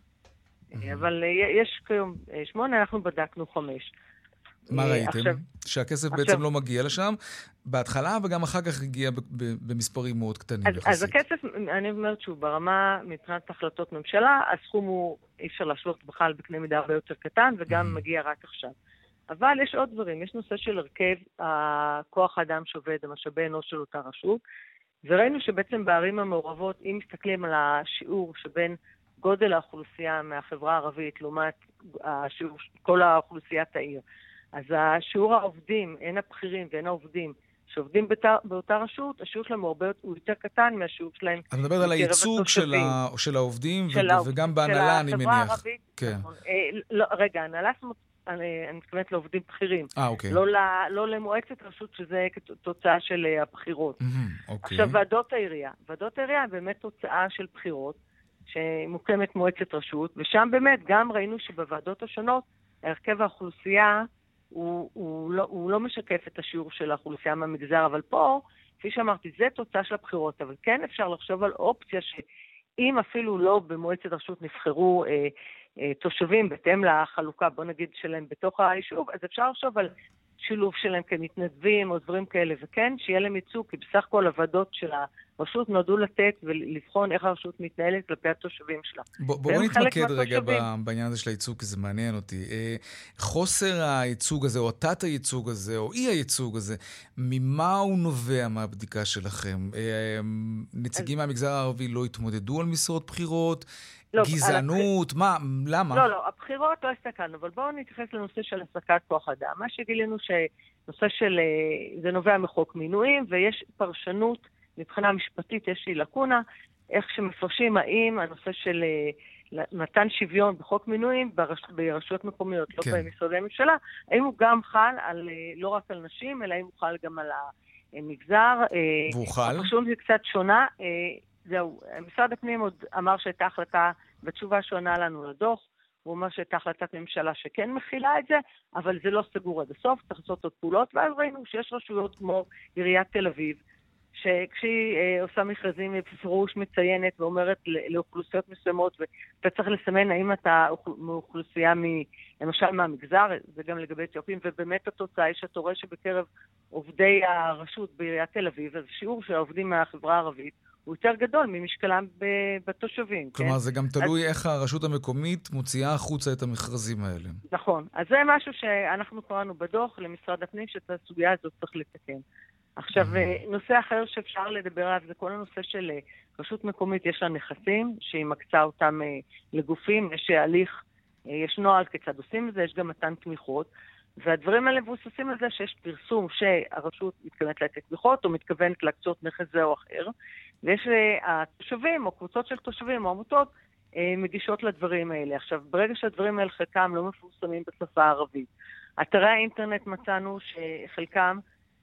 אבל יש כיום שמונה, אנחנו בדקנו חמש. מה ראיתם? שהכסף בעצם לא מגיע לשם, בהתחלה וגם אחר כך הגיע במספרים מאוד קטנים יחסית. אז הכסף, אני אומרת שוב, ברמה מבחינת החלטות ממשלה, הסכום הוא, אי אפשר להשלות בכלל בקנה מידה הרבה יותר קטן, וגם מגיע רק עכשיו. אבל יש עוד דברים, יש נושא של הרכב הכוח האדם שעובד, המשאבי אנוש של אותה רשות, וראינו שבעצם בערים המעורבות, אם מסתכלים על השיעור שבין גודל האוכלוסייה מהחברה הערבית, לעומת השיעור, כל האוכלוסיית העיר, אז השיעור העובדים, אין הבכירים ואין העובדים, שעובדים באותה, באותה רשות, השיעור שלהם הוא, הרבה, הוא יותר קטן מהשיעור שלהם. אתה מדבר על הייצוג של, ה, של העובדים של ו, וגם בהנהלה, אני מניח. הערבית, כן. נכון. אה, לא, רגע, הנהלה, אני, אני מתכוונת לעובדים בכירים. אה, אוקיי. לא, לא למועצת רשות, שזה תוצאה של הבחירות. Mm-hmm, אוקיי. עכשיו, ועדות העירייה. ועדות העירייה באמת תוצאה של בחירות, שמוקמת מועצת רשות, ושם באמת גם ראינו שבוועדות השונות, הרכב האוכלוסייה הוא, הוא, לא, הוא לא משקף את השיעור של האוכלוסייה מהמגזר, אבל פה, כפי שאמרתי, זה תוצאה של הבחירות, אבל כן אפשר לחשוב על אופציה שאם אפילו לא במועצת רשות נבחרו אה, אה, תושבים בהתאם לחלוקה, בוא נגיד שלהם בתוך היישוב, אז אפשר לחשוב על שילוב שלהם כמתנדבים או דברים כאלה, וכן, שיהיה להם ייצוג, כי בסך כל הוועדות של הרשות נועדו לתת ולבחון איך הרשות מתנהלת כלפי התושבים שלה. בואו בוא נתמקד רגע בעניין הזה של הייצוג, כי זה מעניין אותי. חוסר הייצוג הזה, או תת הייצוג הזה, או אי הייצוג הזה, ממה הוא נובע מהבדיקה שלכם? נציגים מהמגזר הערבי לא התמודדו על משרות בחירות? לא, גזענות, על... מה, למה? לא, לא, הבחירות לא הסתכלנו, אבל בואו נתייחס לנושא של הסקת כוח אדם. מה שגילינו שנושא של, זה נובע מחוק מינויים, ויש פרשנות, מבחינה משפטית יש לי לקונה, איך שמפרשים האם הנושא של מתן שוויון בחוק מינויים ברש... ברשויות מקומיות, כן. לא במשרדי ממשלה, האם הוא גם חל על, לא רק על נשים, אלא האם הוא חל גם על המגזר. והוא חל? הפרשנות היא קצת שונה, זהו, משרד הפנים עוד אמר שהייתה החלטה, בתשובה שעונה לנו לדוח, הוא אומר שהייתה החלטת ממשלה שכן מכילה את זה, אבל זה לא סגור עד הסוף, צריך לעשות עוד פעולות, ואז ראינו שיש רשויות כמו עיריית תל אביב, שכשהיא אה, עושה מכרזים בפירוש מציינת ואומרת לאוכלוסיות מסוימות, ואתה צריך לסמן האם אתה מאוכלוסייה, למשל מהמגזר, זה גם לגבי אתיופים, ובאמת התוצאה היא שאתה רואה שבקרב עובדי הרשות בעיריית תל אביב, אז שיעור של העובדים מהחברה הערבית, הוא יותר גדול ממשקלם בתושבים. כלומר, כן? זה גם תלוי אז... איך הרשות המקומית מוציאה החוצה את המכרזים האלה. נכון. אז זה משהו שאנחנו קראנו בדוח למשרד הפנים, שאת הסוגיה הזאת צריך לתקן. עכשיו, נושא אחר שאפשר לדבר עליו, זה כל הנושא של רשות מקומית, יש לה נכסים, שהיא מקצה אותם לגופים, יש הליך, יש נוהל כיצד עושים את זה, יש גם מתן תמיכות, והדברים האלה מבוססים על זה שיש פרסום שהרשות מתכוונת לתת תמיכות, או מתכוונת להקצות נכס זה או אחר, ויש התושבים, או קבוצות של תושבים, או עמותות, מגישות לדברים האלה. עכשיו, ברגע שהדברים האלה חלקם לא מפורסמים בשפה הערבית, אתרי האינטרנט מצאנו שחלקם,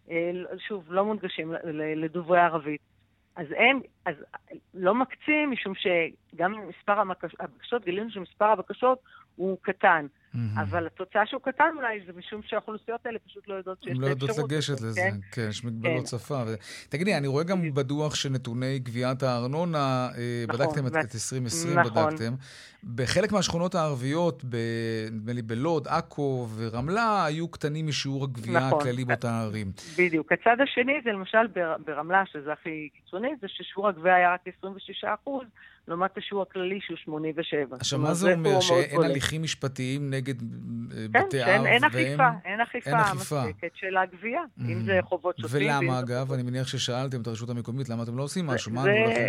שוב, לא מונגשים לדוברי ערבית. אז אין, אז לא מקצים, משום שגם מספר הבקשות, גילינו שמספר הבקשות הוא קטן. אבל התוצאה שהוא קטן אולי זה משום שהאוכלוסיות האלה פשוט לא יודעות שיש לא יודעות לגשת לזה, כן, יש מגבלות שפה. תגידי, אני רואה גם בדוח שנתוני גביית הארנונה, בדקתם את עשרים עשרים, בדקתם. בחלק מהשכונות הערביות, נדמה לי בלוד, עכו ורמלה, היו קטנים משיעור הגבייה הכללי באותה ערים. בדיוק. הצד השני זה למשל ברמלה, שזה הכי קיצוני, זה ששיעור הגבייה היה רק עשרים ושישה אחוז, לעומת השיעור הכללי שהוא שמונים ושבע. עכשיו, מה זה אומר? שאין הליכים משפטיים נגד בתי אב? כן, אין אכיפה, אין אכיפה מספקת של הגבייה, אם זה חובות שוטים. ולמה, אגב? אני מניח ששאלתם את הרשות המקומית, למה אתם לא עושים משהו? מה ענו לכם?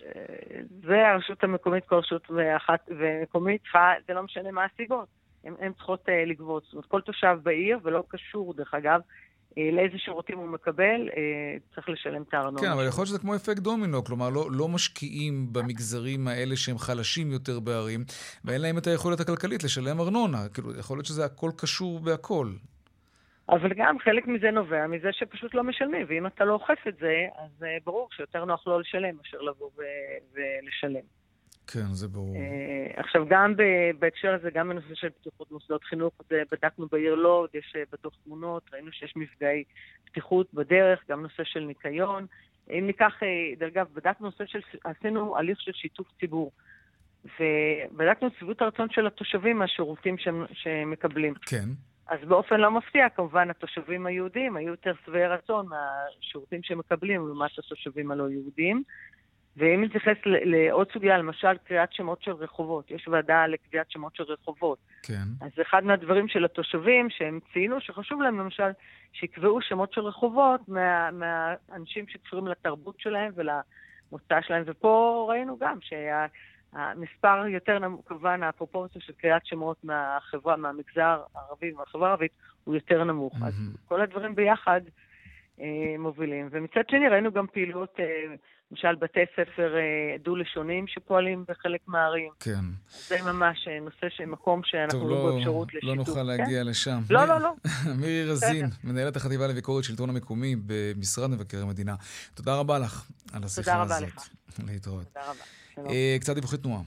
זה הרשות המקומית, כל רשות ומקומית, זה לא משנה מה הסיבות. הן צריכות לגבות. זאת אומרת, כל תושב בעיר, ולא קשור, דרך אגב, לאיזה שירותים הוא מקבל, צריך לשלם את הארנונה. כן, אבל יכול להיות שזה כמו אפקט דומינו, כלומר, לא, לא משקיעים במגזרים האלה שהם חלשים יותר בערים, ואין להם את היכולת הכלכלית לשלם ארנונה. כאילו, יכול להיות שזה הכל קשור בהכל. אבל גם חלק מזה נובע מזה שפשוט לא משלמים, ואם אתה לא אוכף את זה, אז ברור שיותר נוח לא לשלם, מאשר לבוא ולשלם. כן, זה ברור. עכשיו, גם בהקשר הזה, גם בנושא של פתיחות מוסדות חינוך, בדקנו בעיר לוד, יש בטוח תמונות, ראינו שיש מפגעי פתיחות בדרך, גם נושא של ניקיון. אם ניקח, דרך בדקנו נושא של, עשינו הליך של שיתוף ציבור, ובדקנו סביבות הרצון של התושבים מהשירותים שהם מקבלים. כן. אז באופן לא מפתיע, כמובן, התושבים היהודים היו יותר שבעי רצון מהשירותים שמקבלים, לעומת התושבים הלא יהודים. ואם נתייחס לעוד סוגיה, למשל קריאת שמות של רחובות, יש ועדה לקביעת שמות של רחובות. כן. אז אחד מהדברים של התושבים שהם ציינו, שחשוב להם למשל, שיקבעו שמות של רחובות מה, מהאנשים שקשורים לתרבות שלהם ולמוצא שלהם, ופה ראינו גם שהמספר יותר כמובן, הפרופורציה של קריאת שמות מהחברה, מהמגזר הערבי ומהחברה הערבית, הוא יותר נמוך. Mm-hmm. אז כל הדברים ביחד אה, מובילים. ומצד שני ראינו גם פעילות אה, למשל בתי ספר דו-לשוניים שפועלים בחלק מהערים. כן. זה ממש נושא של מקום שאנחנו לא באפשרות לשיתוף. לא נוכל להגיע לשם. לא, לא, לא. מירי רזין, מנהלת החטיבה לביקורת שלטון המקומי במשרד מבקר המדינה. תודה רבה לך על השיחה הזאת. תודה רבה לך. להתראות. תודה רבה. קצת דיווחי תנועה.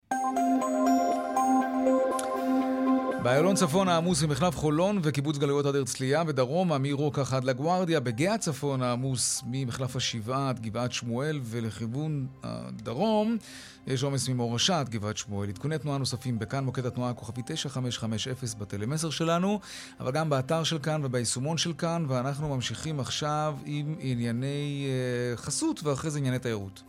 באיילון צפון העמוס ממחלף חולון וקיבוץ גלויות עד הרצליה, בדרום מרוקח עד לגוארדיה, בגאה צפון העמוס ממחלף השבעה עד גבעת שמואל, ולכיוון הדרום יש עומס ממורשה עד גבעת שמואל. עדכוני תנועה נוספים בכאן מוקד התנועה כוכבי תשע חמש חמש אפס בטלמסר שלנו, אבל גם באתר של כאן וביישומון של כאן, ואנחנו ממשיכים עכשיו עם ענייני uh, חסות ואחרי זה ענייני תיירות.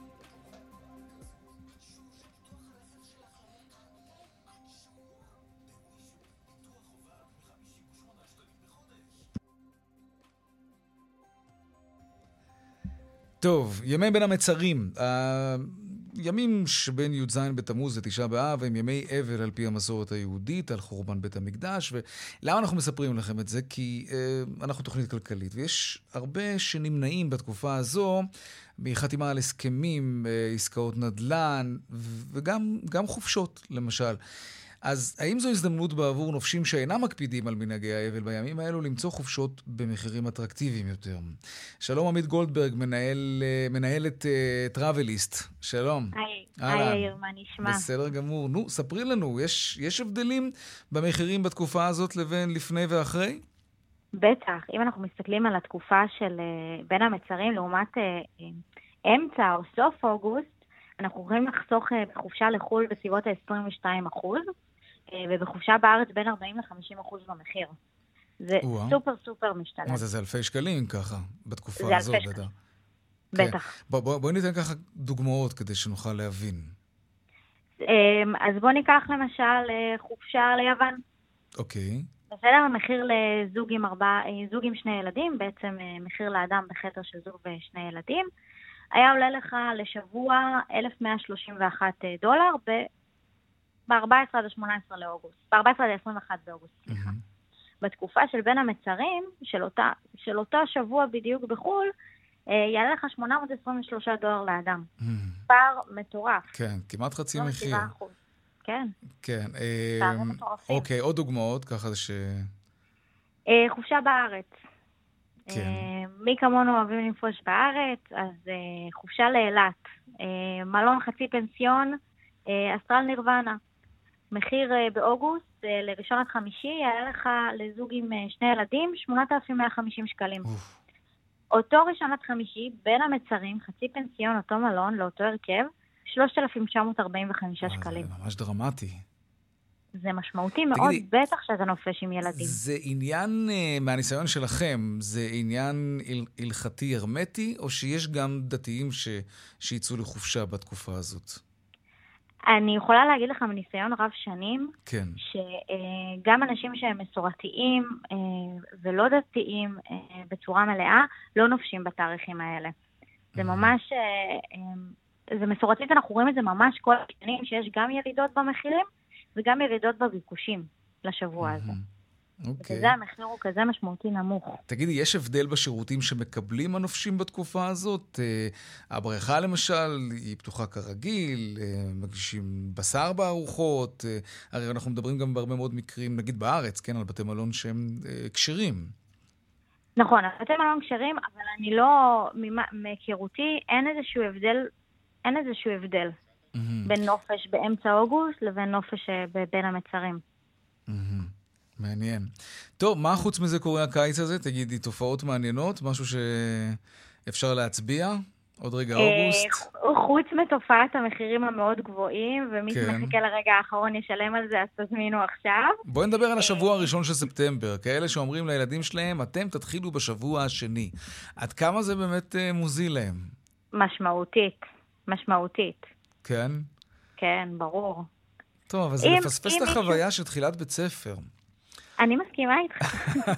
טוב, ימי בין המצרים. הימים שבין י"ז בתמוז ותשעה באב הם ימי אבל על פי המסורת היהודית, על חורבן בית המקדש. ולמה אנחנו מספרים לכם את זה? כי אה, אנחנו תוכנית כלכלית, ויש הרבה שנמנעים בתקופה הזו מחתימה על הסכמים, אה, עסקאות נדל"ן, וגם גם חופשות, למשל. אז האם זו הזדמנות בעבור נופשים שאינם מקפידים על מנהגי האבל בימים האלו למצוא חופשות במחירים אטרקטיביים יותר? שלום עמית גולדברג, מנהל, מנהלת uh, טראבליסט. שלום. היי, היי יאיר, מה נשמע? בסדר גמור. נו, ספרי לנו, יש, יש הבדלים במחירים בתקופה הזאת לבין לפני ואחרי? בטח, אם אנחנו מסתכלים על התקופה של uh, בין המצרים לעומת uh, uh, אמצע או סוף אוגוסט, אנחנו יכולים לחסוך uh, בחופשה לחול בסביבות ה-עשרים ושתיים אחוז, ובחופשה בארץ בין ארבעים לחמישים אחוז במחיר. זה ווא. סופר סופר משתלם. מה זה, זה אלפי שקלים ככה, בתקופה הזאת. זה אלפי שקלים. בטח. כן. בוא, בוא, בואי ניתן ככה דוגמאות כדי שנוכל להבין. אז בוא ניקח למשל חופשה ליוון. אוקיי. בסדר, המחיר לזוג עם, ארבע, זוג עם שני ילדים, בעצם מחיר לאדם בחדר של זוג ושני ילדים, היה עולה לך לשבוע אלף מאה שלושים ואחת דולר ב... ב-ארבעה עשר עד ה-שמונה עשר לאוגוסט, ב-ארבעה עשר עד ה-עשרים ואחד באוגוסט, סליחה. Mm-hmm. בתקופה של בין המצרים, של אותה, של אותו שבוע בדיוק בחול, אה, יעלה לך שמונה מאות עשרים ושלושה דולר לאדם. Mm-hmm. פער מטורף. כן, כמעט חצי מחיר. כן. כן. פערים אה, מטורפים. אוקיי, עוד דוגמאות, ככה ש... אה, חופשה בארץ. כן. אה, מי כמונו אוהבים לנפוש בארץ, אז אה, חופשה לאילת. אה, מלון חצי פנסיון, אה, אסטרל נירוונה. מחיר באוגוסט, לראשון עד חמישי, היה לך לזוג עם שני ילדים, שמונת אלפים מאה וחמישים שקלים. אוף. אותו ראשון עד חמישי, בין המצרים, חצי פנסיון, אותו מלון, לאותו הרכב, שלושת אלפים תשע מאות ארבעים וחמישה שקלים. זה ממש דרמטי. זה משמעותי מאוד, תגידי, בטח שאתה נופש עם ילדים. זה עניין, מהניסיון שלכם, זה עניין הלכתי הרמטי, או שיש גם דתיים ש... שיצאו לחופשה בתקופה הזאת? אני יכולה להגיד לך מניסיון רב שנים, כן. שגם אנשים שהם מסורתיים ולא דתיים בצורה מלאה, לא נופשים בתאריכים האלה. זה ממש, זה מסורתית, אנחנו רואים את זה ממש כל השנים, שיש גם ירידות במחירים, וגם ירידות בביקושים לשבוע הזה. אוקיי. וזה המחיר הוא כזה משמעותי נמוך. תגידי, יש הבדל בשירותים שמקבלים הנופשים בתקופה הזאת? הבריכה למשל היא פתוחה כרגיל, מגישים בשר בארוחות, הרי אנחנו מדברים גם בהרבה מאוד מקרים, נגיד בארץ, כן, על בתי מלון שהם קשרים. נכון, בתי מלון כשרים, אבל אני לא, מהיכרותי, אין איזשהו הבדל, אין איזשהו הבדל mm-hmm. בין נופש באמצע אוגוסט לבין נופש בין המצרים. Mm-hmm. מעניין. טוב, מה חוץ מזה קורה הקיץ הזה? תגידי, תופעות מעניינות? משהו שאפשר להצביע? עוד רגע אוגוסט? חוץ מתופעת המחירים המאוד גבוהים, ומי שמחכה לרגע האחרון ישלם על זה, אז תזמינו עכשיו. בואי נדבר על השבוע הראשון של ספטמבר. כאלה שאומרים לילדים שלהם, אתם תתחילו בשבוע השני. עד כמה זה באמת מוזיל להם? משמעותית. משמעותית. כן? כן, ברור. טוב, אז זה לפספס את החוויה של תחילת בית ספר. אני מסכימה איתך.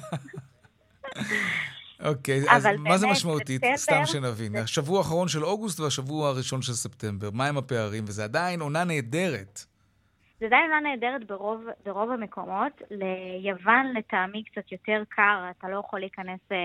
אוקיי, אז מה זה משמעותית? סתם שנבין. השבוע האחרון של אוגוסט והשבוע הראשון של ספטמבר. מה הם הפערים? וזה עדיין עונה נהדרת. זה עדיין עונה נהדרת ברוב, ברוב המקומות. ליוון לטעמי קצת יותר קר, אתה לא יכול להיכנס אה,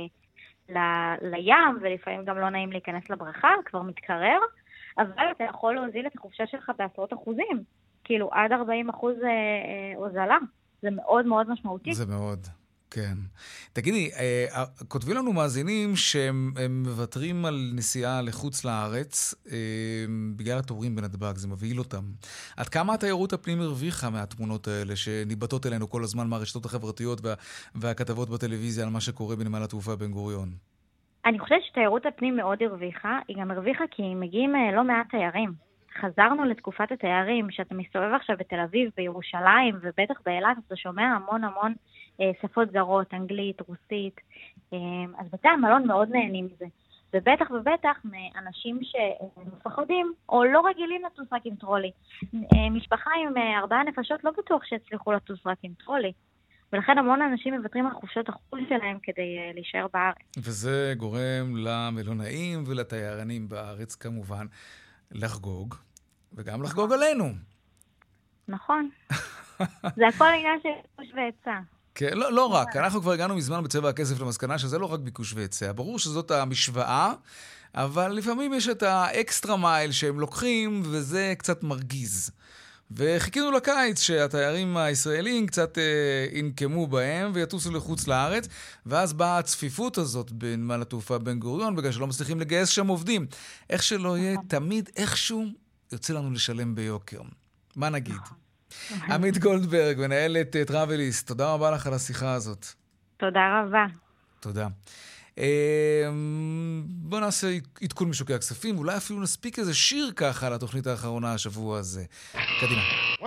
ל, לים, ולפעמים גם לא נעים להיכנס לבריכה, כבר מתקרר, אבל אתה יכול להוזיל את החופשה שלך בעשרות אחוזים. כאילו עד ארבעים אחוז אה, אה, הוזלה. זה מאוד מאוד משמעותי. זה מאוד. כן. תגידי, כותבים לנו מאזינים שהם מוותרים על נסיעה לחוץ לארץ בגלל התורים בנתב"ג, זה מבהיל אותם. עד כמה התיירות הפנים הרוויחה מהתמונות האלה שניבטות אלינו כל הזמן מהרשתות החברתיות וה, והכתבות בטלוויזיה על מה שקורה בנמל התעופה בן גוריון? אני חושבת שתיירות הפנים מאוד הרוויחה. היא גם הרוויחה כי מגיעים לא מעט תיירים. חזרנו לתקופת התיירים, שאתה מסתובב עכשיו בתל אביב, בירושלים, ובטח באילת, אתה שומע המון המון אה, שפות זרות, אנגלית, רוסית, אה, אז בתי המלון מאוד נהנים מזה. ובטח ובטח מאנשים שמפחדים, או לא רגילים לטוס רק עם טרולי. אה, משפחה עם אה, ארבעה נפשות לא בטוח שהצליחו לטוס רק עם טרולי. ולכן המון אנשים מוותרים על חופשות החו"ל שלהם כדי uh, להישאר בארץ. וזה גורם למלונאים ולתיירנים בארץ כמובן לחגוג, וגם לחגוג עלינו. נכון. זה הכל עניין של ביקוש והיצע. כן, לא, לא רק. אנחנו כבר הגענו מזמן בצבע הכסף למסקנה שזה לא רק ביקוש והיצע. ברור שזאת המשוואה, אבל לפעמים יש את האקסטרה מייל שהם לוקחים, וזה קצת מרגיז. וחיכינו לקיץ שהתיירים הישראלים קצת אה, ינקמו בהם ויטוסו לחוץ לארץ, ואז באה הצפיפות הזאת בנמל התעופה בן גוריון, בגלל שלא מצליחים לגייס שם עובדים. איך שלא יהיה, תמיד איכשהו יוצא לנו לשלם ביוקר. מה נגיד? עמית גולדברג, מנהלת טראבליסט, תודה רבה לך על השיחה הזאת. תודה רבה. תודה. בוא נעשה עדכון משוקי הכספים, אולי אפילו נספיק איזה שיר ככה לתוכנית האחרונה השבוע הזה. קדימה.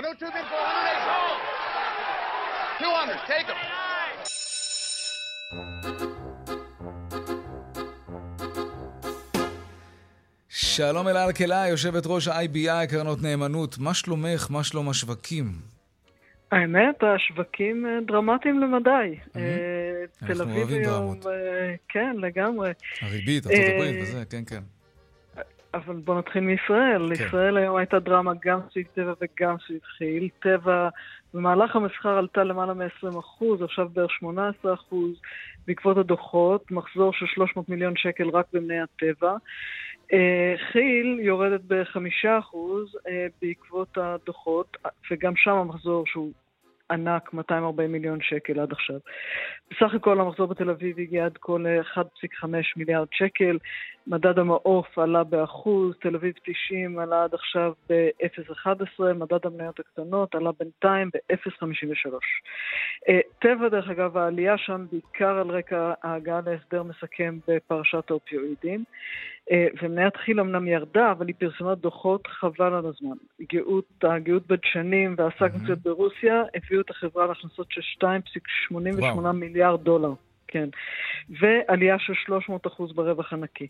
שלום אלעל קלה, יושבת ראש ה-איי בי איי קרנות נאמנות. מה שלומך? מה שלום השווקים? האמת, השווקים דרמטיים למדי. אנחנו אוהבים דרמות. כן, לגמרי. הריבית, ארצות הברית וזה, כן, כן. אבל בוא נתחיל מישראל. ישראל היום הייתה דרמה גם סביב טבע וגם סביב כי"ל. טבע במהלך המסחר עלתה למעלה מ-עשרים אחוז, עכשיו בערך שמונה עשרה אחוז בעקבות הדוחות, מחזור של שלוש מאות מיליון שקל רק במניה הטבע. כי"ל יורדת ב-חמישה אחוז בעקבות הדוחות, וגם שם המחזור שהוא ענק, מאתיים וארבעים מיליון שקל עד עכשיו. בסך הכל המחזור בתל אביב הגיע עד כל אחד נקודה חמש מיליארד שקל, מדד המעוף עלה באחוז, תל אביב תשעים עלה עד עכשיו ב-אפס נקודה אחת עשרה, מדד המניות הקטנות עלה בינתיים ב-אפס נקודה חמישים ושלוש. טבע דרך אגב, העלייה שם בעיקר על רקע ההגעה להסדר מסכם בפרשת האופיואידים, ומניית כי"ל אמנם ירדה, אבל היא פרסמה דוחות חבל על הזמן. הגאות, הגאות בדשנים והסנקציות ברוסיה הביאו את החברה להכנסות של שתיים נקודה שמונים ושמונה מיליארד דולר. כן. ועלייה של שלוש מאות אחוז ברווח הנקי.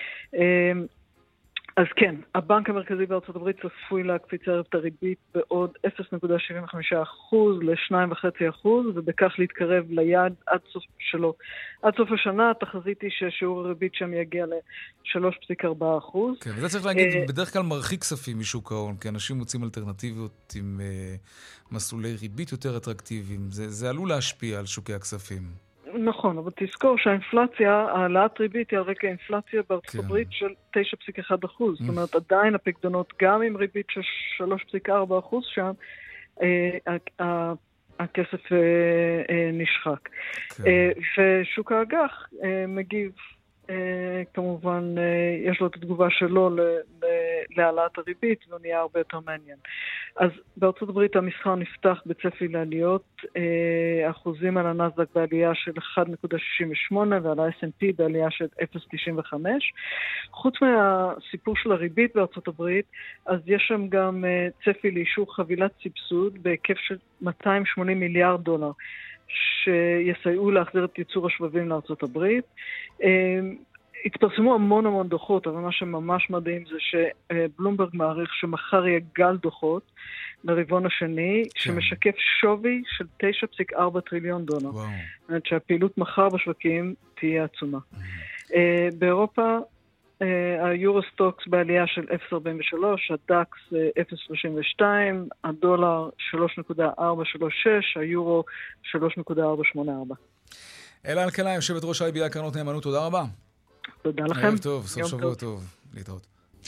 אז כן, הבנק המרכזי בארצות הברית צפוי להקפיץ הערב את הריבית בעוד אפס נקודה שבעים וחמישה אחוז ל-שתיים נקודה חמש אחוז, ובכך להתקרב ליעד עד סוף שלו. עד סוף השנה התחזית היא ששיעור הריבית שם יגיע ל-שלוש נקודה ארבע אחוז. כן, וזה צריך להגיד, בדרך כלל מרחיק כספים משוק ההון, כי אנשים מוצאים אלטרנטיביות עם uh, מסלולי ריבית יותר אטרקטיביים. זה, זה עלול להשפיע על שוקי הכספים. נכון, אבל תזכור שהאינפלציה, העלאת ריבית היא על רקע האינפלציה בארצות הברית של תשע נקודה אחת אחוז. זאת אומרת, עדיין הפקדונות גם עם ריבית של שלוש נקודה ארבע אחוז שם, הכסף אה, אה, נשחק. כן. אה, ושוק האג"ח אה, מגיב, אה, כמובן, אה, יש לו את התגובה שלו ל, ל, להעלאת הריבית, והוא נהיה הרבה יותר מעניין. אז בארצות הברית המסחר נפתח בצפי לעליות, אה, אחוזים על הנסדק בעלייה של אחת נקודה שישים ושמונה ועל ה-אס אנד פי בעלייה של אפס נקודה תשעים וחמש. חוץ מהסיפור של הריבית בארצות הברית, אז יש שם גם אה, צפי לאישור חבילת סבסוד בהיקף של מאתיים ושמונים מיליארד דולר, שיסייעו להחזיר את ייצור השבבים לארצות הברית. אה, התפרסמו המון המון דוחות, אבל מה שממש מדהים זה שבלומברג מעריך שמחר יהיה גל דוחות לרבעון השני, כן. שמשקף שווי של תשע נקודה ארבע טריליון דולר. וואו. זאת אומרת שהפעילות מחר בשווקים תהיה עצומה. Mm-hmm. באירופה, היורוסטוקס בעלייה של אפס נקודה ארבעים ושלוש, הדקס אפס נקודה שלושים ושתיים, הדולר שלוש נקודה ארבע שלוש שש, היורו שלוש נקודה ארבע שמונה ארבע. אלה אלקלעי, יושבת ראש איי בי איי קרנות נאמנות, תודה רבה. תודה לכם. ערב טוב, סוף שבוע טוב. להתראות.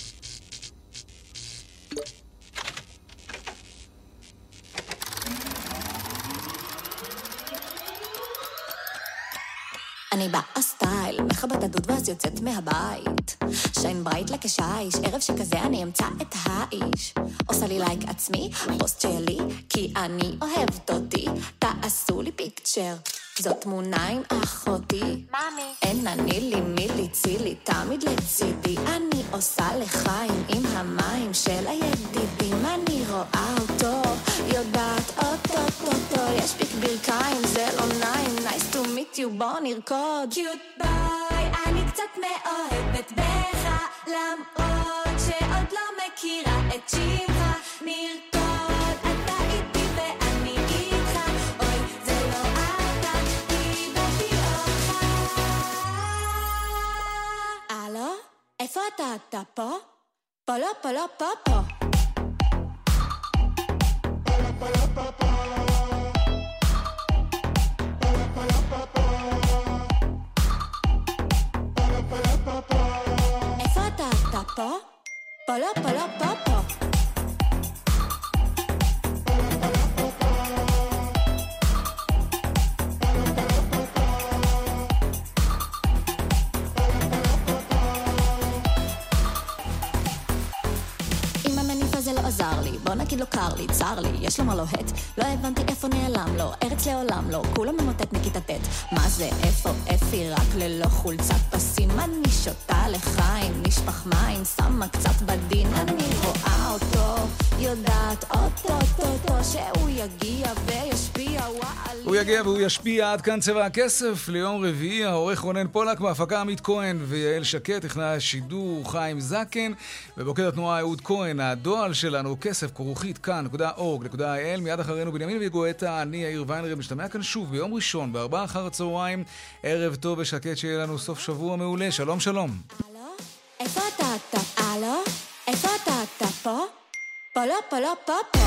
אני באה סטייל, מחבת הדוד ואז יוצאת מהבית. שיין ברייט לקשייש, ערב שכזה אני אמצא את האיש. עושה לי לייק עצמי, פוסט שלי, כי אני אוהבת אותי. תעשו לי פיקצ'ר, זאת תמונה עם אחותי. מאמי. אין אני לי מי ליצילי, תמיד לצידי. אני עושה לחיים עם המים של הידידים. אני רואה אותו, יודעת אותו, אותו. יש פיק ברכיים, זה לא נעים. Nice to meet you, בוא נרקוד. Cute boy, אני קצת מאוהבת בך, למרות שעוד לא מכירה את שמך. נרקוד, אתה איתי ואני איתך. אוי, זה לא אתה, איבדתי אותך. הלו? איפה אתה? אתה פה? פה לא, פה לא, פה פה. פה? פה לא, פה לא, פה פה. אם המניף הזה לא עזר לי, בוא נגיד לו קר לי, צר לי, יש לו מה לוהט. לא הבנתי איפה נעלם לו, ארץ לעולם לו, כולו ממוטט מכיתה ט'. מה זה, איפה, אפי, רק ללא חולצת פסים. אני שותה לחיים, נשפך מים, שמה קצת בדין. אני רואה אותו, יודעת אותו, אותו, שהוא יגיע וישפיע. הוא יגיע והוא ישפיע. עד כאן צבע הכסף ליום רביעי. העורך רונן פולק, בהפקה עמית כהן ויעל שקט, תכנן השידור חיים זקן, ובוקד התנועה אהוד כהן. הדואל שלנו כסף כרוכית כאן נקודה אורג נקודה איי אל. מיד אחרינו בנימין וגואטה, אני יאיר ויינרב, משתמע כאן שוב ביום ראשון בארבעה אחר הצהריים. ערב טוב ושקט, שיהיה לנו סוף שבוע מעולה. שלום שלום. הלו? איפה אתה? אתה? הלו? איפה אתה? אתה פה? פה לא, פה לא, פה פה.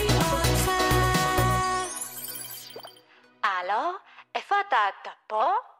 איפה אתה? אתה פה?